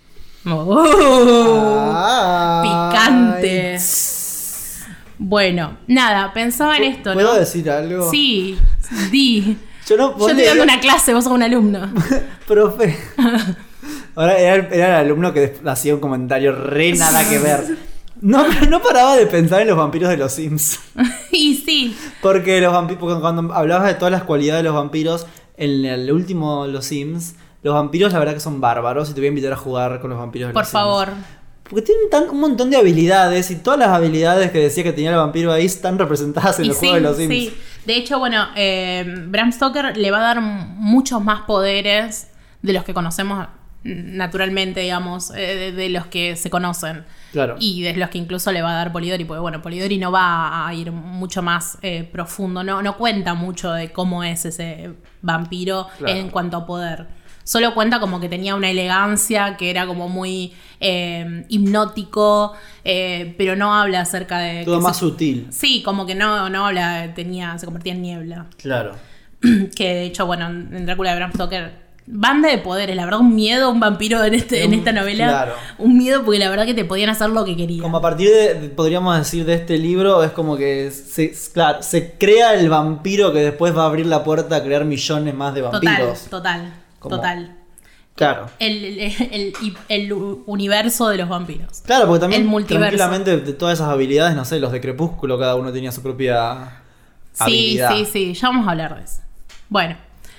Picante. Bueno, nada, pensaba en esto, ¿no? ¿Puedo decir algo? Sí, di. Yo estoy dando una clase, vos sos un alumno. Profe. Ahora era el alumno que hacía un comentario re nada que ver. No paraba de pensar en los vampiros de los Sims. Y sí. Porque cuando hablabas de todas las cualidades de los vampiros, en el último Los Sims, los vampiros la verdad que son bárbaros y te voy a invitar a jugar con los vampiros de los Sims. Por favor. Porque tienen un montón de habilidades y todas las habilidades que decía que tenía el vampiro ahí están representadas en el juego de los Sims. Sí, de hecho, bueno, Bram Stoker le va a dar muchos más poderes de los que conocemos naturalmente, digamos, de los que se conocen. Claro. Y de los que incluso le va a dar Polidori, porque bueno, Polidori no va a ir mucho más profundo, no cuenta mucho de cómo es ese vampiro, claro, en cuanto a poder. Solo cuenta como que tenía una elegancia, que era como muy hipnótico, pero no habla acerca de... Todo más sutil. Sí, como que no habla, se convertía en niebla. Claro. Que de hecho, bueno, en Drácula de Bram Stoker, banda de poderes, la verdad, un miedo a un vampiro en esta novela. Claro. Un miedo porque la verdad que te podían hacer lo que querían. Como a partir podríamos decir, de este libro, es como que se crea el vampiro que después va a abrir la puerta a crear millones más de vampiros. Total. Claro. El universo de los vampiros. Claro, porque también tranquilamente de todas esas habilidades, no sé, los de Crepúsculo, cada uno tenía su propia habilidad. Sí, ya vamos a hablar de eso. Bueno,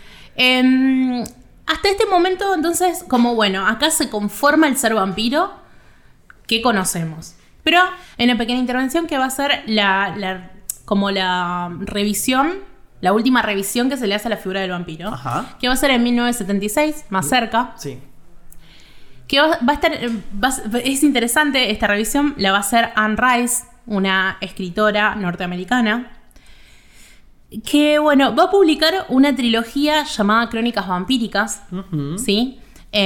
hasta este momento, entonces, como bueno, acá se conforma el ser vampiro que conocemos. Pero en una pequeña intervención que va a ser como la revisión, la última revisión que se le hace a la figura del vampiro. Ajá. Que va a ser en 1976, más cerca. Sí. Que va a estar... es interesante, esta revisión la va a hacer Anne Rice, una escritora norteamericana, que, bueno, va a publicar una trilogía llamada Crónicas Vampíricas, uh-huh, ¿sí?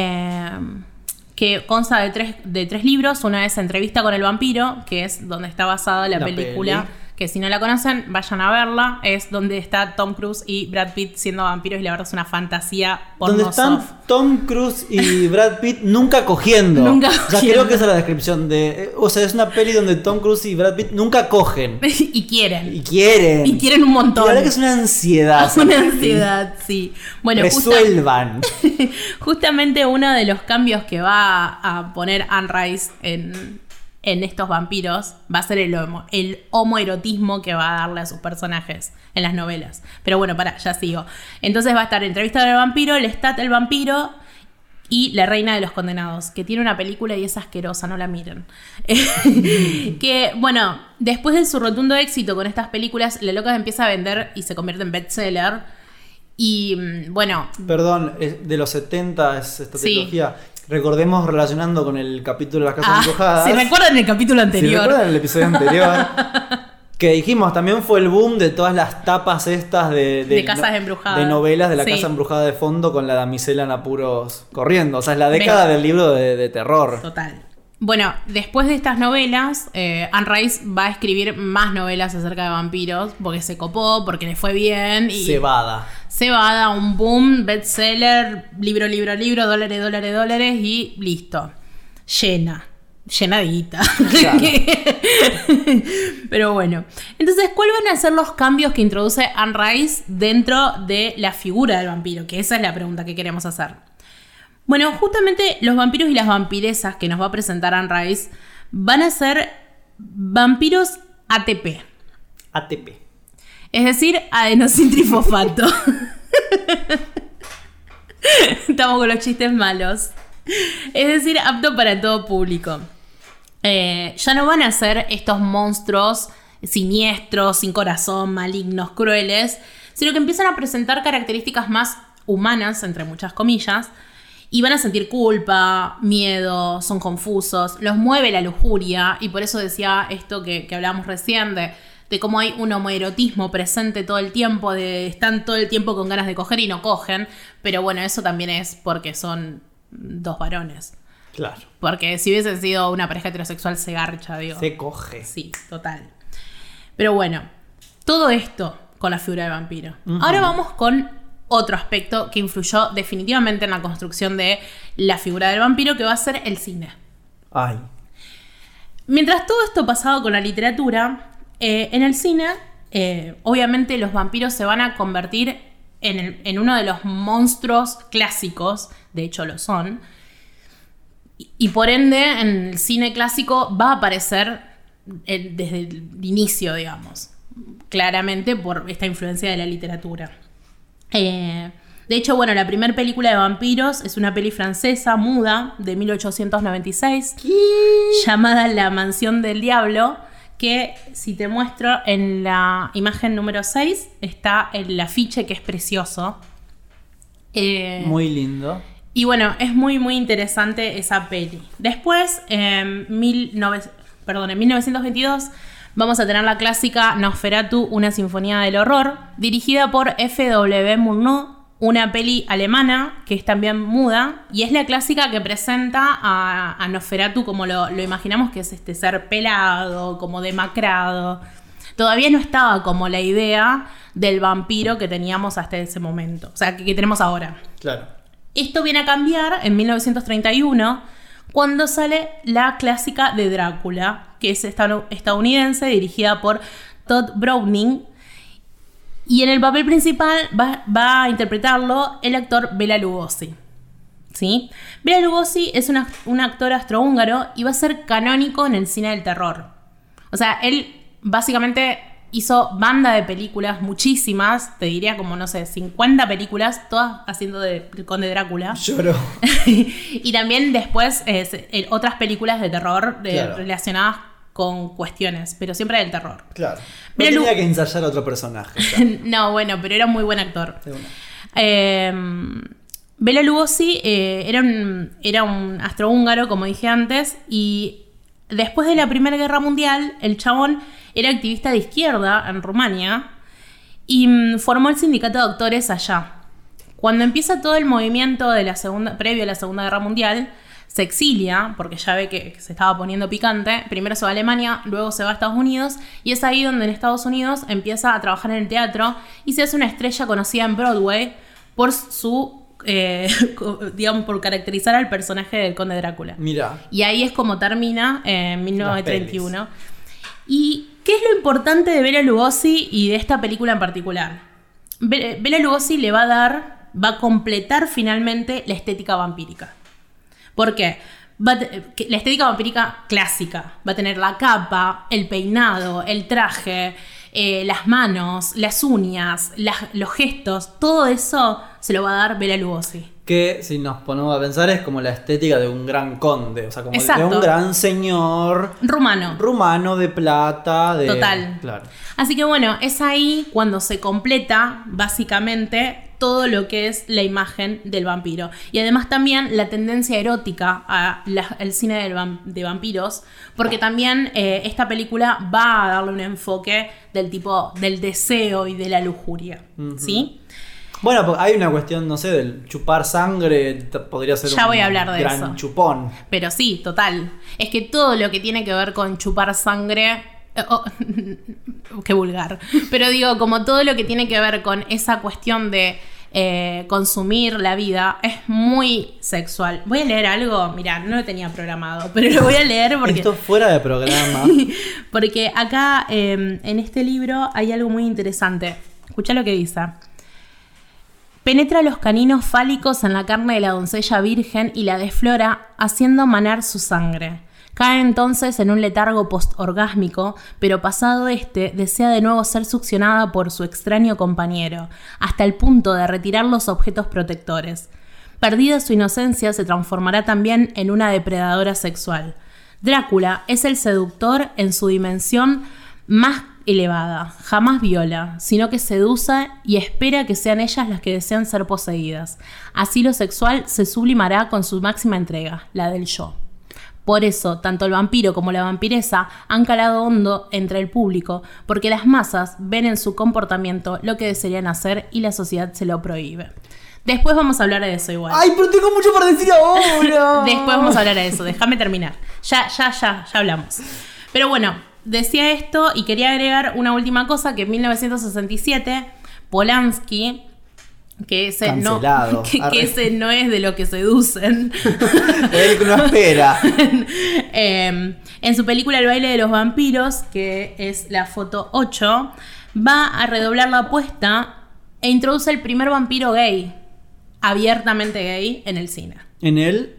Que consta de tres libros. Una es Entrevista con el vampiro, que es donde está basada la película... que si no la conocen, vayan a verla. Es donde está Tom Cruise y Brad Pitt siendo vampiros y la verdad es una fantasía porno soft. Donde están Tom Cruise y Brad Pitt nunca cogiendo. Nunca cogiendo. O sea, creo que esa es la descripción de... O sea, es una peli donde Tom Cruise y Brad Pitt nunca cogen. Y quieren. Y quieren un montón. Y la verdad que es una ansiedad. Una ansiedad, sí. Bueno, resuelvan. Justamente uno de los cambios que va a poner Anne Rice en estos vampiros va a ser el homoerotismo que va a darle a sus personajes en las novelas. Pero bueno, ya sigo. Entonces va a estar Entrevista del vampiro, Lestat el vampiro y La reina de los condenados, que tiene una película y es asquerosa, no la miren. Que, bueno, después de su rotundo éxito con estas películas, la loca empieza a vender y se convierte en bestseller. Y, bueno... Perdón, de los 70 es esta trilogía. Recordemos, relacionando con el capítulo de las casas embrujadas. Si recuerdan el capítulo anterior. Si recuerdan el episodio anterior. Que dijimos, también fue el boom de todas las tapas estas de casas embrujadas. De novelas de la casa embrujada de fondo con la damisela en apuros corriendo. O sea, es la década del libro de terror. Total. Bueno, después de estas novelas, Anne Rice va a escribir más novelas acerca de vampiros porque se copó, porque le fue bien. Y Cebada, un boom, bestseller, libro, dólares y listo. Llenadita. Claro. Pero bueno. Entonces, ¿cuáles van a ser los cambios que introduce Anne Rice dentro de la figura del vampiro? Que esa es la pregunta que queremos hacer. Bueno, justamente los vampiros y las vampiresas que nos va a presentar Anne Rice van a ser vampiros ATP. ATP. Es decir, adenosintrifosfato. Estamos con los chistes malos. Es decir, apto para todo público. Ya no van a ser estos monstruos siniestros, sin corazón, malignos, crueles, sino que empiezan a presentar características más humanas, entre muchas comillas, y van a sentir culpa, miedo, son confusos, los mueve la lujuria, y por eso decía esto que hablábamos recién de cómo hay un homoerotismo presente todo el tiempo, están todo el tiempo con ganas de coger y no cogen, pero bueno, eso también es porque son dos varones. Claro. Porque si hubiese sido una pareja heterosexual se garcha, digo. Se coge. Sí, total. Pero bueno, todo esto con la figura del vampiro. Ahora vamos con otro aspecto que influyó definitivamente en la construcción de la figura del vampiro, que va a ser el cine. Ay. Mientras todo esto pasaba con la literatura, en el cine, obviamente los vampiros se van a convertir en uno de los monstruos clásicos, de hecho lo son, y por ende en el cine clásico va a aparecer desde el inicio, digamos, claramente por esta influencia de la literatura. De hecho, bueno, la primera película de vampiros es una peli francesa muda de 1896 llamada La Mansión del Diablo, que si te muestro en la imagen número 6 está el afiche, que es precioso. Muy lindo. Y bueno, es muy muy interesante esa peli. Después, en 1922, vamos a tener la clásica Nosferatu, una sinfonía del horror, dirigida por F.W. Murnau, una peli alemana que es también muda, y es la clásica que presenta a Nosferatu como lo imaginamos, que es este ser pelado, como demacrado. Todavía no estaba como la idea del vampiro que teníamos hasta ese momento, o sea, que tenemos ahora. Claro. Esto viene a cambiar en 1931, cuando sale la clásica de Drácula, que es estadounidense, dirigida por Todd Browning. Y en el papel principal va a interpretarlo el actor Bela Lugosi. ¿Sí? Bela Lugosi es un actor austrohúngaro y va a ser canónico en el cine del terror. O sea, él básicamente hizo banda de películas, muchísimas, te diría como, no sé, 50 películas, todas haciendo del Conde Drácula. Lloro. Y también después otras películas de terror Claro. relacionadas con cuestiones, pero siempre del terror. Claro. No Bela tenía que ensayar a otro personaje. No, bueno, pero era un muy buen actor. De una. Bela Lugosi era un astrohúngaro, como dije antes, y después de la Primera Guerra Mundial, el chabón era activista de izquierda en Rumania y formó el sindicato de doctores allá. Cuando empieza todo el movimiento de previo a la Segunda Guerra Mundial, se exilia, porque ya ve que se estaba poniendo picante. Primero se va a Alemania, luego se va a Estados Unidos, y es ahí donde en Estados Unidos empieza a trabajar en el teatro y se hace una estrella conocida en Broadway por su, digamos, por caracterizar al personaje del Conde Drácula. Mira. Y ahí es como termina en 1931. ¿Y qué es lo importante de Bela Lugosi y de esta película en particular? Bela Lugosi va a completar finalmente la estética vampírica. ¿Por qué? La estética vampírica clásica. Va a tener la capa, el peinado, el traje, las manos, las uñas, los gestos. Todo eso se lo va a dar Bela Lugosi. Que si nos ponemos a pensar es como la estética de un gran conde. O sea, como Exacto. de un gran señor rumano de plata. Total. Claro. Así que bueno, es ahí cuando se completa básicamente todo lo que es la imagen del vampiro. Y además también la tendencia erótica al cine de vampiros, porque también esta película va a darle un enfoque del tipo del deseo y de la lujuria. ¿Sí? Bueno, porque hay una cuestión, no sé, del chupar sangre, podría ser Ya voy a hablar de gran eso. chupón. Pero sí, total. Es que todo lo que tiene que ver con chupar sangre... qué vulgar. Pero digo, como todo lo que tiene que ver con esa cuestión de consumir la vida es muy sexual. Voy a leer algo, mirá, no lo tenía programado, pero lo voy a leer porque... Esto fuera de programa. Porque acá en este libro hay algo muy interesante. Escuchá lo que dice. Penetra los caninos fálicos en la carne de la doncella virgen y la desflora, haciendo manar su sangre. Cae entonces en un letargo postorgásmico, pero pasado desea de nuevo ser succionada por su extraño compañero, hasta el punto de retirar los objetos protectores. Perdida su inocencia, se transformará también en una depredadora sexual. Drácula es el seductor en su dimensión más elevada. Jamás viola, sino que seduce y espera que sean ellas las que desean ser poseídas. Así lo sexual se sublimará con su máxima entrega, la del yo. Por eso, tanto el vampiro como la vampiresa han calado hondo entre el público, porque las masas ven en su comportamiento lo que desearían hacer y la sociedad se lo prohíbe. Después vamos a hablar de eso igual. ¡Ay, pero tengo mucho para decir ahora! Después vamos a hablar de eso, déjame terminar. Ya hablamos. Pero bueno, decía esto y quería agregar una última cosa, que en 1967 Polanski, que ese no es de lo que seducen. El que no espera. En su película El baile de los vampiros, que es la foto 8, va a redoblar la apuesta e introduce el primer vampiro gay, abiertamente gay, en el cine. En el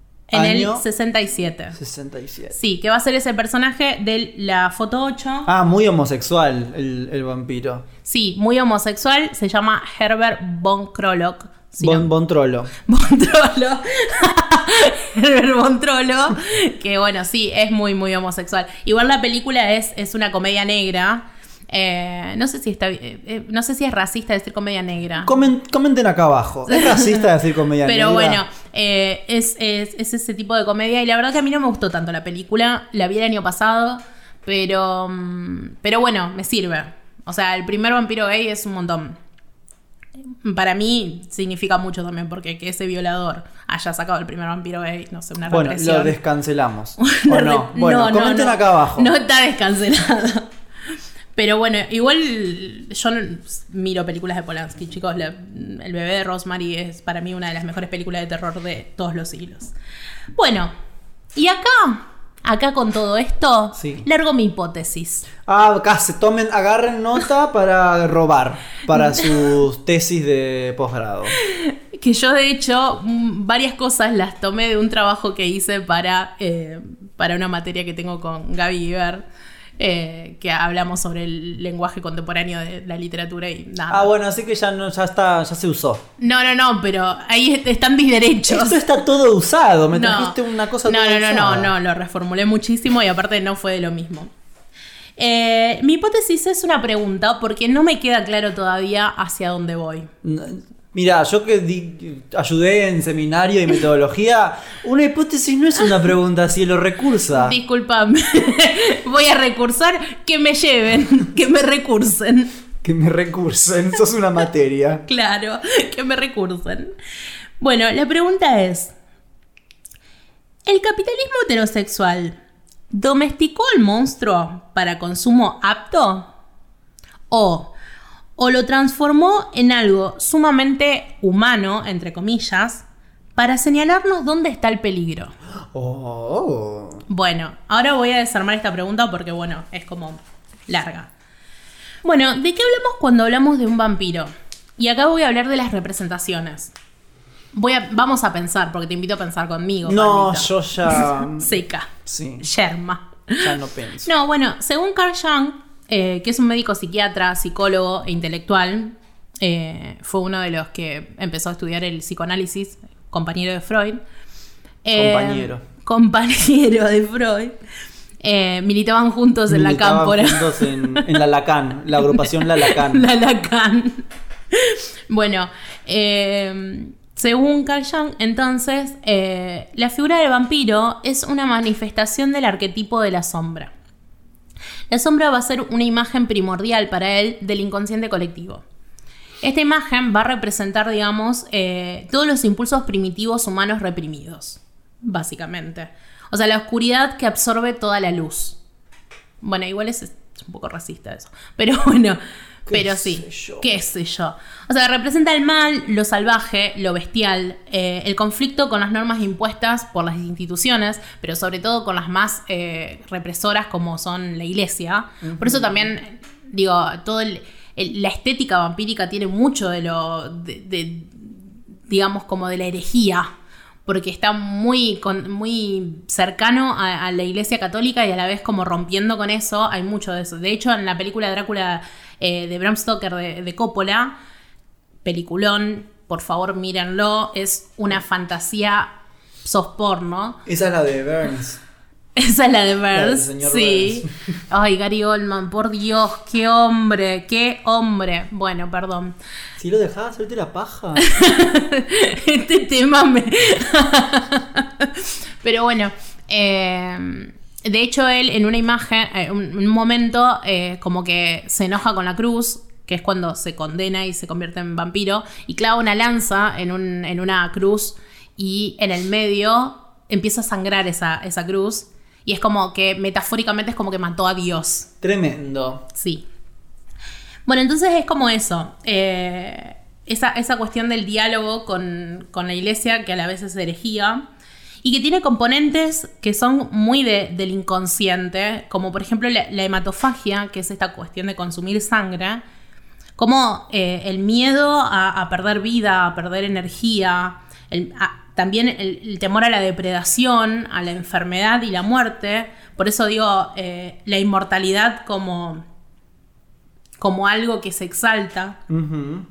67. 67. Sí, que va a ser ese personaje de la foto 8. Ah, muy homosexual el vampiro. Sí, muy homosexual. Se llama Herbert von Krolok. Von Trollo. Herbert von Trollo. Que bueno, sí, es muy, muy homosexual. Igual la película es una comedia negra. No sé si es racista decir comedia negra. Comenten acá abajo. ¿Es racista decir comedia negra? Pero bueno, es ese tipo de comedia. Y la verdad que a mí no me gustó tanto la película. La vi el año pasado. Pero bueno, me sirve. O sea, el primer vampiro gay es un montón. Para mí significa mucho también, porque que ese violador haya sacado el primer vampiro gay, no sé, una represión. Bueno, lo descancelamos. ¿O no? Bueno, comenten acá abajo. No está descancelado. Pero bueno, igual yo miro películas de Polanski, chicos. El bebé de Rosemary es para mí una de las mejores películas de terror de todos los siglos. Bueno, y acá con todo esto, sí, largo mi hipótesis. Acá agarren nota para robar, para sus tesis de posgrado. Que yo de hecho varias cosas las tomé de un trabajo que hice para una materia que tengo con Gaby Guiber. Que hablamos sobre el lenguaje contemporáneo de la literatura y nada. Bueno, así que ya se usó. No, pero ahí están mis derechos. Esto está todo usado, me trajiste una cosa toda usada. No, lo reformulé muchísimo y aparte no fue de lo mismo. Mi hipótesis es una pregunta porque no me queda claro todavía hacia dónde voy. Mira, yo que ayudé en seminario y metodología, una hipótesis no es una pregunta, cielo, recursa. Disculpame, voy a recursar, que me lleven, que me recursen. Que me recursen, sos una materia. Claro, que me recursen. Bueno, la pregunta es, ¿el capitalismo heterosexual domesticó al monstruo para consumo apto? ¿O lo transformó en algo sumamente humano, entre comillas, para señalarnos dónde está el peligro? Bueno, ahora voy a desarmar esta pregunta porque, bueno, es como larga. Bueno, ¿de qué hablamos cuando hablamos de un vampiro? Y acá voy a hablar de las representaciones. Vamos a pensar, porque te invito a pensar conmigo. No, Pablito. Yo ya... Seca. Sí. Yerma. Ya no pienso. No, bueno, según Carl Jung, que es un médico psiquiatra, psicólogo e intelectual, fue uno de los que empezó a estudiar el psicoanálisis, compañero de Freud. Compañero de Freud. Militaban juntos en la Cámpora. Juntos en la Lacan, la agrupación La Lacan. La Lacan. Bueno, según Carl Jung, entonces, la figura del vampiro es una manifestación del arquetipo de la sombra. La sombra va a ser una imagen primordial para él del inconsciente colectivo. Esta imagen va a representar, digamos, todos los impulsos primitivos humanos reprimidos, básicamente. O sea, la oscuridad que absorbe toda la luz. Bueno, igual es un poco racista eso. Pero bueno, pero sí, qué sé yo. O sea, representa el mal, lo salvaje, lo bestial, el conflicto con las normas impuestas por las instituciones, pero sobre todo con las más represoras como son la iglesia. Por eso también, digo, todo la estética vampírica tiene mucho de digamos, como de la herejía, porque está muy cercano a la Iglesia Católica y a la vez como rompiendo con eso. Hay mucho de eso. De hecho, en la película Drácula de Bram Stoker de Coppola, peliculón, por favor mírenlo, es una fantasía soft-porno. Esa es la de Burns. Esa es la de Burns, señor sí. Burns. Ay, Gary Oldman, por Dios, qué hombre, qué hombre. Bueno, perdón. Si lo dejaba hacerte la paja. Este tema me... Pero bueno, de hecho él en una imagen, un momento, como que se enoja con la cruz, que es cuando se condena y se convierte en vampiro, y clava una lanza en una cruz, y en el medio empieza a sangrar esa cruz. Y es como que metafóricamente es como que mató a Dios. Tremendo. Sí. Bueno, entonces es como eso. Esa cuestión del diálogo con la iglesia, que a la vez es herejía. Y que tiene componentes que son muy del inconsciente. Como por ejemplo la hematofagia, que es esta cuestión de consumir sangre. Como el miedo a perder vida, a perder energía. También el temor a la depredación, a la enfermedad y la muerte. Por eso digo, la inmortalidad como algo que se exalta. Uh-huh.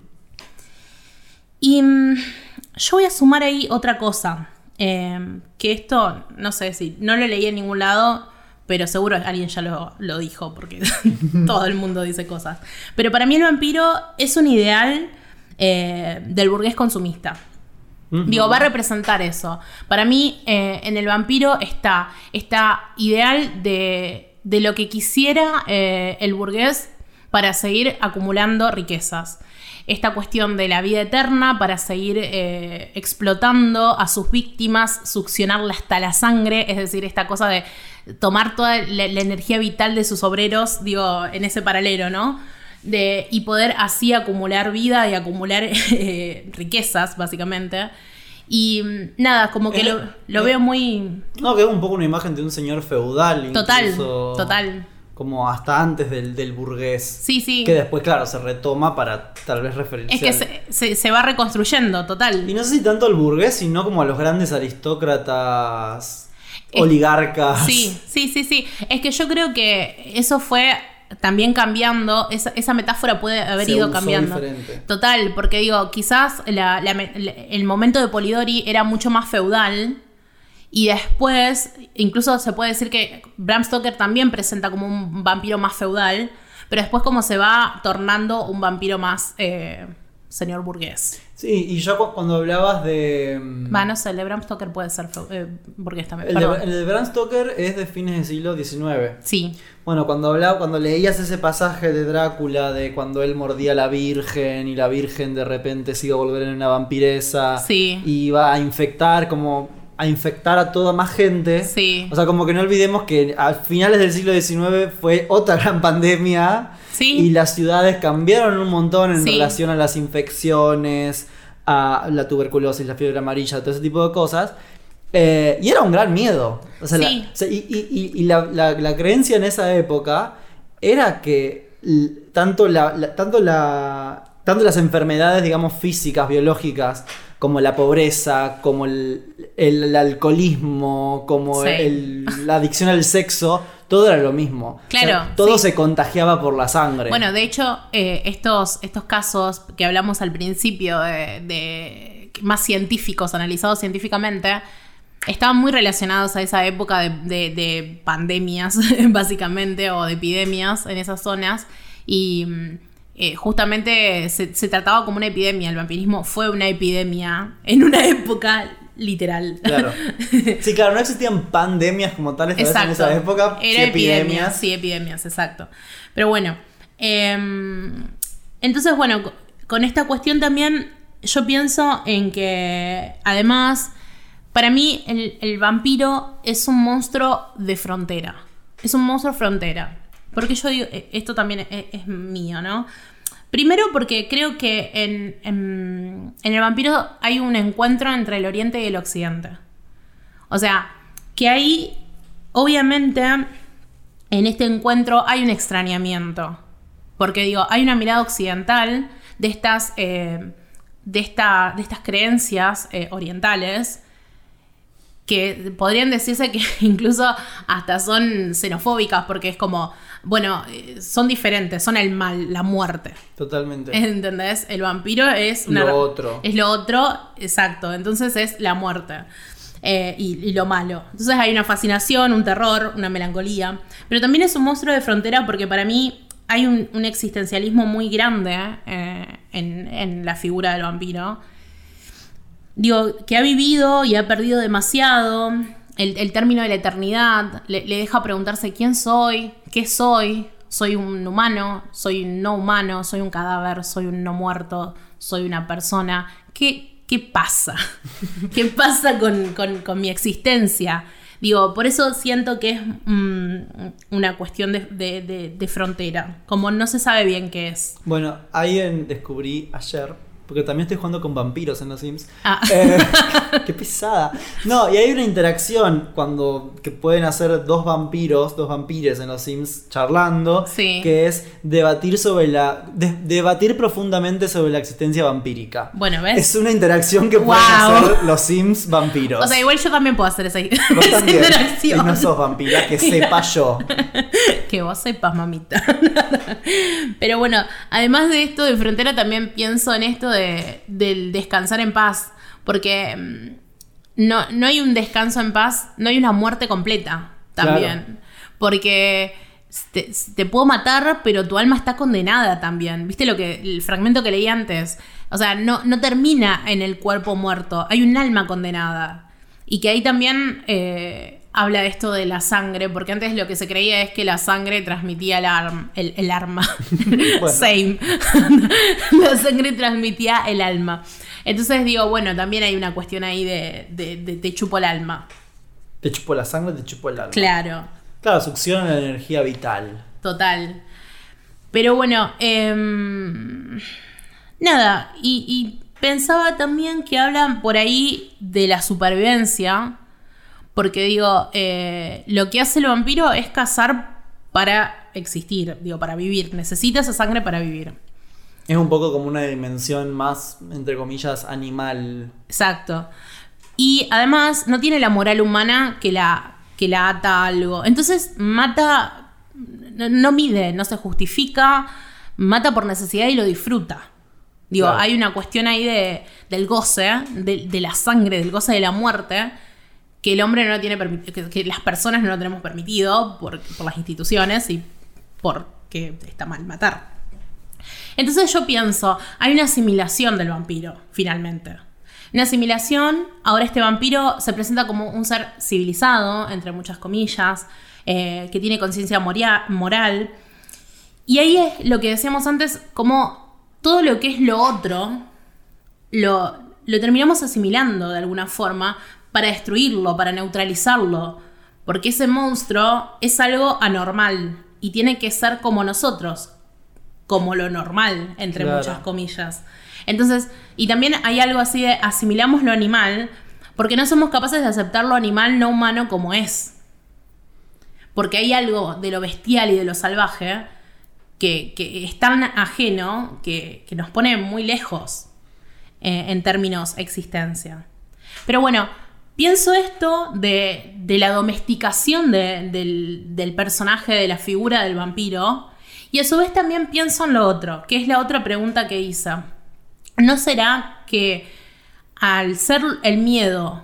Y yo voy a sumar ahí otra cosa. Que esto, no sé si no lo leí en ningún lado, pero seguro alguien ya lo dijo, porque todo el mundo dice cosas. Pero para mí el vampiro es un ideal del burgués consumista. Uh-huh. Digo, va a representar eso. Para mí, en el vampiro está ideal de lo que quisiera el burgués para seguir acumulando riquezas. Esta cuestión de la vida eterna para seguir explotando a sus víctimas, succionarla hasta la sangre, es decir, esta cosa de tomar toda la energía vital de sus obreros, digo, en ese paralelo, ¿no? Y poder así acumular vida y acumular riquezas, básicamente. Y nada, como que lo veo muy... No, que es un poco una imagen de un señor feudal. Total. Como hasta antes del burgués. Sí. Que después, claro, se retoma para tal vez referenciar. Es que se va reconstruyendo, total. Y no sé si tanto al burgués, sino como a los grandes aristócratas, oligarcas. Sí. Es que yo creo que eso fue también cambiando. Esa metáfora puede haber ido cambiando. Diferente. Total, porque digo, quizás el momento de Polidori era mucho más feudal. Y después, incluso se puede decir que Bram Stoker también presenta como un vampiro más feudal, pero después como se va tornando un vampiro más señor burgués. Sí, y yo cuando hablabas de... no sé, el de Bram Stoker puede ser burgués también. El de Bram Stoker es de fines del siglo XIX. Sí. Bueno, cuando leías ese pasaje de Drácula, de cuando él mordía a la virgen y la virgen de repente se iba a volver en una vampiresa, sí, y iba a infectar a toda más gente. Sí. O sea, como que no olvidemos que a finales del siglo XIX fue otra gran pandemia. Sí. Y las ciudades cambiaron un montón en relación a las infecciones, a la tuberculosis, la fiebre amarilla, todo ese tipo de cosas. Y era un gran miedo. O sea, la creencia en esa época era que tanto las enfermedades, digamos, físicas, biológicas, como la pobreza, como el alcoholismo, como la adicción al sexo, todo era lo mismo. Claro. O sea, todo se contagiaba por la sangre. Bueno, de hecho, estos casos que hablamos al principio de más científicos, analizados científicamente, estaban muy relacionados a esa época de pandemias, básicamente, o de epidemias en esas zonas. Y justamente se trataba como una epidemia. El vampirismo fue una epidemia en una época literal. Claro. Sí, claro, no existían pandemias como tales en esa época. Era epidemias. Sí, epidemias, exacto. Pero bueno, entonces, bueno, con esta cuestión también yo pienso en que, además, para mí el vampiro es un monstruo de frontera. Es un monstruo frontera. Porque yo digo, esto también es mío, ¿no? Primero porque creo que en el vampiro hay un encuentro entre el oriente y el occidente. O sea, que ahí, obviamente, en este encuentro hay un extrañamiento. Porque digo, hay una mirada occidental de estas creencias orientales que podrían decirse que incluso hasta son xenofóbicas, porque es como, bueno, son diferentes, son el mal, la muerte. Totalmente. ¿Entendés? El vampiro es lo otro. Es lo otro, exacto. Entonces es la muerte. Y lo malo. Entonces hay una fascinación, un terror, una melancolía. Pero también es un monstruo de frontera porque para mí hay un existencialismo muy grande en la figura del vampiro. Digo, que ha vivido y ha perdido demasiado. El término de la eternidad le deja preguntarse quién soy, qué soy. Soy un humano, soy un no humano, soy un cadáver, soy un no muerto, soy una persona. ¿Qué pasa? ¿Qué pasa con mi existencia? Digo, por eso siento que es una cuestión de frontera. Como no se sabe bien qué es. Bueno, descubrí ayer, porque también estoy jugando con vampiros en los Sims. Qué pesada. No, y hay una interacción que pueden hacer dos vampires en los Sims charlando, sí. Que es debatir debatir profundamente sobre la existencia vampírica. Bueno, ¿ves? Es una interacción que pueden hacer los Sims vampiros. O sea, igual yo también puedo hacer esa también, interacción. Y no sos vampira, que sepa yo. Que vos sepas, mamita. Pero bueno, además de esto de frontera, también pienso en esto del descansar en paz. Porque no hay un descanso en paz, no hay una muerte completa también. Claro. Porque te puedo matar, pero tu alma está condenada también. ¿Viste el fragmento que leí antes? O sea, no termina en el cuerpo muerto, hay un alma condenada. Y que ahí también habla de esto de la sangre, porque antes lo que se creía es que la sangre transmitía el arma. Bueno. Same. La sangre transmitía el alma. Entonces digo, bueno, también hay una cuestión ahí de te chupo el alma. Te chupo la sangre, te chupo el alma. Claro. Claro, succiona la energía vital. Total. Pero bueno, nada, y pensaba también que hablan por ahí de la supervivencia, porque digo, lo que hace el vampiro es cazar para existir, para vivir. Necesita esa sangre para vivir. Es un poco como una dimensión más, entre comillas, animal. Exacto. Y además no tiene la moral humana que la ata a algo. Entonces mata, no mide, no se justifica, mata por necesidad y lo disfruta. Claro. Hay una cuestión ahí del goce, de la sangre, del goce de la muerte, que el hombre no tiene permitido, que las personas no lo tenemos permitido por las instituciones y porque está mal matar. Entonces yo pienso, hay una asimilación del vampiro, finalmente. Una asimilación, ahora este vampiro se presenta como un ser civilizado, entre muchas comillas, que tiene conciencia moral. Y ahí es lo que decíamos antes, como todo lo que es lo otro, lo terminamos asimilando de alguna forma para destruirlo, para neutralizarlo. Porque ese monstruo es algo anormal y tiene que ser como nosotros, como lo normal, entre muchas comillas. Entonces, y también hay algo así de asimilamos lo animal porque no somos capaces de aceptar lo animal no humano como es. Porque hay algo de lo bestial y de lo salvaje que es tan ajeno que nos pone muy lejos en términos existencia. Pero bueno, pienso esto de la domesticación del personaje, de la figura del vampiro, y a su vez también pienso en lo otro, que es la otra pregunta que hice. ¿No será que al ser el miedo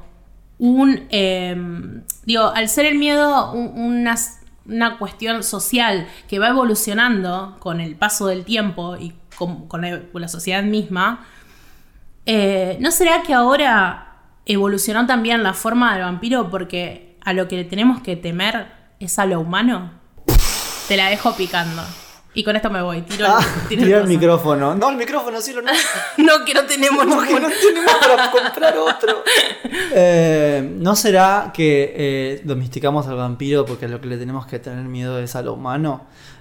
al ser el miedo una cuestión social que va evolucionando con el paso del tiempo y con la sociedad misma, ¿no será que ahora evolucionó también la forma del vampiro porque a lo que le tenemos que temer es a lo humano? Te la dejo picando. Y con esto me voy. Tiro el micrófono. No, el micrófono, sí, no. No, que no tenemos no tenemos para comprar otro. ¿No será que domesticamos al vampiro porque a lo que le tenemos que tener miedo es a lo humano?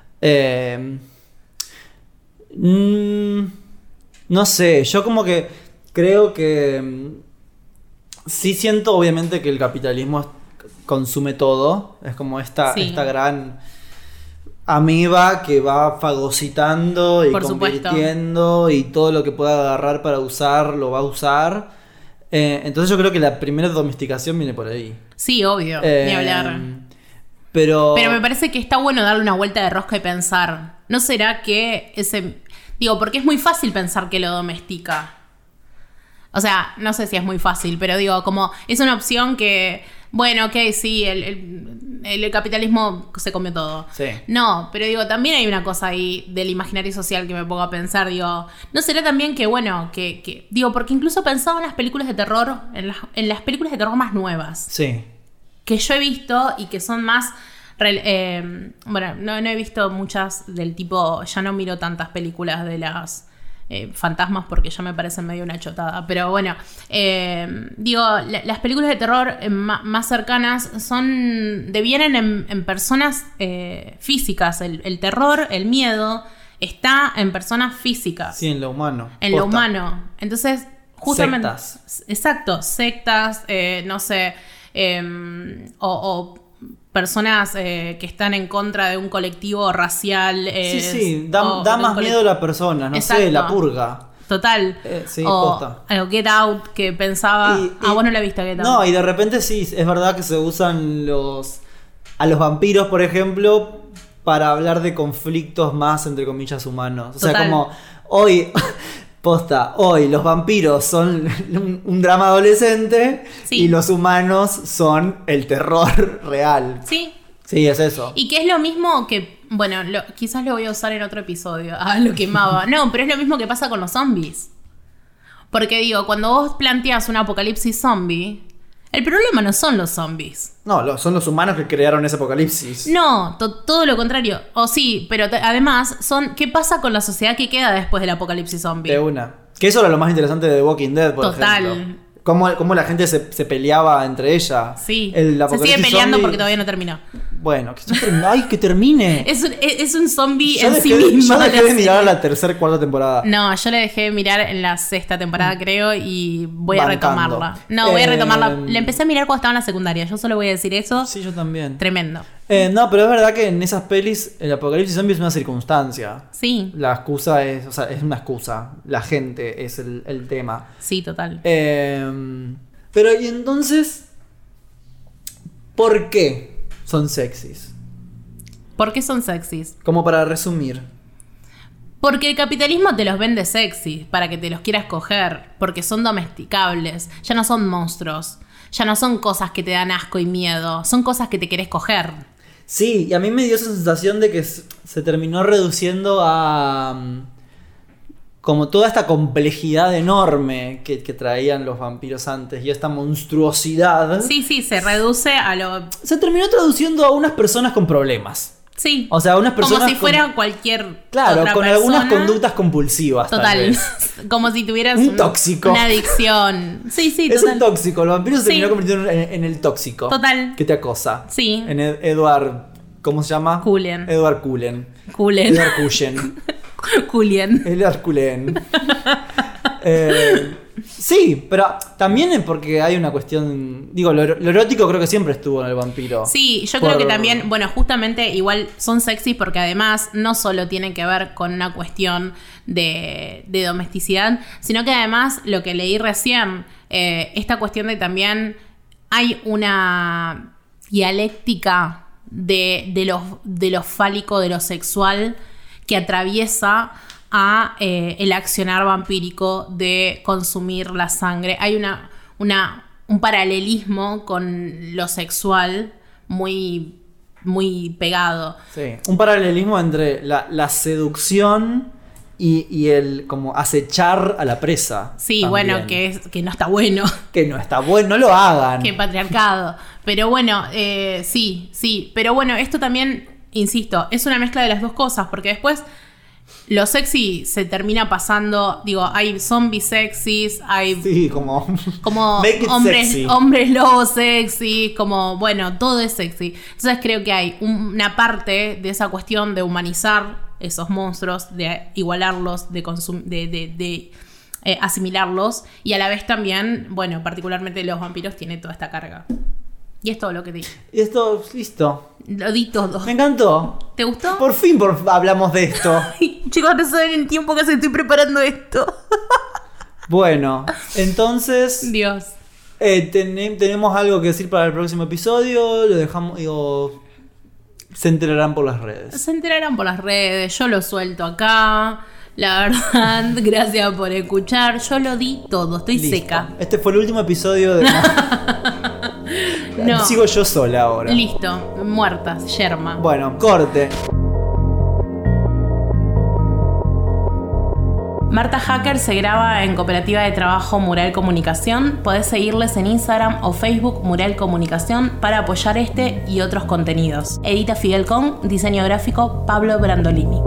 No sé, yo como que creo que sí siento obviamente que el capitalismo consume todo. Es como esta gran amiba que va fagocitando y Por supuesto. convirtiendo y todo lo que pueda agarrar para usar lo va a usar. Entonces yo creo que la primera domesticación viene por ahí. Sí, obvio, ni hablar. Pero me parece que está bueno darle una vuelta de rosca y pensar, ¿no será que ese... Digo, porque es muy fácil pensar que lo domestica. O sea, no sé si es muy fácil, pero digo, como es una opción que... Bueno, ok, sí, el capitalismo se comió todo. Sí. No, pero digo, también hay una cosa ahí del imaginario social que me pongo a pensar, digo, ¿no será también que, bueno, que digo, porque incluso pensaba en las películas de terror, en las películas de terror más nuevas, sí. que yo he visto y que son más... bueno, no he visto muchas del tipo, ya no miro tantas películas de las... fantasmas porque ya me parecen medio una chotada, pero bueno, digo, las películas de terror más cercanas devienen en personas físicas. El terror, el miedo está en personas físicas, Sí, en lo humano. en lo humano. Entonces, justamente, Sectas. exacto, sectas, no sé, o personas que están en contra de un colectivo racial. Sí, o da de más un miedo a la persona, no Exacto. sé, la purga. Total. Sí, o posta. algo Get Out, que pensaba... vos no la viste Get Out. No, y de repente sí, es verdad que se usan a los vampiros, por ejemplo, para hablar de conflictos más, entre comillas, humanos. O sea, Total. como hoy, hoy los vampiros son un drama adolescente Sí. y los humanos son el terror real. Sí. Sí, es eso. Y que es lo mismo que... Bueno, quizás lo voy a usar en otro episodio. Lo quemaba. No, pero es lo mismo que pasa con los zombies. Porque digo, cuando vos planteas un apocalipsis zombie, el problema no son los zombies. No, son los humanos que crearon ese apocalipsis. No, todo lo contrario. O sí, pero además ¿qué pasa con la sociedad que queda después del apocalipsis zombie? De una. Que eso era lo más interesante de The Walking Dead, por Total. ejemplo. Cómo la gente se peleaba entre ella. Sí, El se apocalipsis sigue peleando zombie- porque todavía no terminó. Bueno, ¡ay, que termine! Es un zombie Yo en sí dejé, mismo. yo dejé de la mirar serie. la tercera, cuarta temporada. No, yo le dejé de mirar en la 6ª temporada, creo, y voy a Bancando. retomarla. No, voy a retomarla. La empecé a mirar cuando estaba en la secundaria. Yo solo voy a decir eso. Sí, yo también. Tremendo. No, pero es verdad que en esas pelis el apocalipsis zombie es una circunstancia. Sí, La excusa es una excusa. La gente es el tema. sí, total. Pero y entonces, ¿por qué son sexys? ¿Por qué son sexys? Como para resumir. Porque el capitalismo te los vende sexy para que te los quieras coger. Porque son domesticables. Ya no son monstruos. Ya no son cosas que te dan asco y miedo. Son cosas que te querés coger. Sí, y a mí me dio esa sensación de que se terminó reduciendo a como toda esta complejidad enorme que traían los vampiros antes y esta monstruosidad. Sí, se reduce a lo... Se terminó traduciendo a unas personas con problemas. Sí. O sea, unas personas como si con- fuera cualquier Claro, otra con persona. algunas conductas compulsivas. tal Total. vez. Como si tuvieras Un tóxico. una adicción. Sí, Es total. un tóxico. El vampiro se Sí. terminó convirtiendo en el tóxico. Total. Que te acosa. Sí. En Edward. ¿Cómo se llama? Cullen. Edward Cullen. Cullen. Edward Cullen. Cullen. Edward Cullen. Sí, pero también es porque hay una cuestión. Digo, lo erótico creo que siempre estuvo en el vampiro. Sí, yo creo que también, bueno, justamente igual son sexy porque además no solo tienen que ver con una cuestión de domesticidad, sino que además lo que leí recién, esta cuestión de también hay una dialéctica de lo fálico, de lo sexual, que atraviesa a el accionar vampírico de consumir la sangre. Hay un paralelismo con lo sexual muy, muy pegado. Sí. Un paralelismo entre la seducción y el como acechar a la presa. Sí, también. bueno, que no está bueno. Que no está bueno, no lo hagan. Qué patriarcado. Pero bueno, sí. Pero bueno, esto también, insisto, es una mezcla de las dos cosas, porque después lo sexy se termina pasando, digo, hay zombies sexys, hay Sí, como make it sexy. hombres lobos sexy, como, bueno, todo es sexy. Entonces creo que hay una parte de esa cuestión de humanizar esos monstruos, de igualarlos, de asimilarlos, y a la vez también, bueno, particularmente los vampiros tienen toda esta carga. Y es todo lo que di. Y esto, listo. Lo di todo. Me encantó. ¿Te gustó? Por fin hablamos de esto. Chicos, no saben el tiempo que se estoy preparando esto. Bueno, entonces Dios. tenemos algo que decir para el próximo episodio. Lo dejamos, se enterarán por las redes. Se enterarán por las redes. Yo lo suelto acá. La verdad, gracias por escuchar. Yo lo di todo. Estoy Listo. seca. Este fue el último episodio de... No. Sigo yo sola ahora. Listo. Muertas. Yerma. Bueno, corte. Marta Hacker se graba en Cooperativa de Trabajo Mural Comunicación. Podés seguirles en Instagram o Facebook Mural Comunicación para apoyar este y otros contenidos. Edita Fidel Con, diseño gráfico Pablo Brandolini.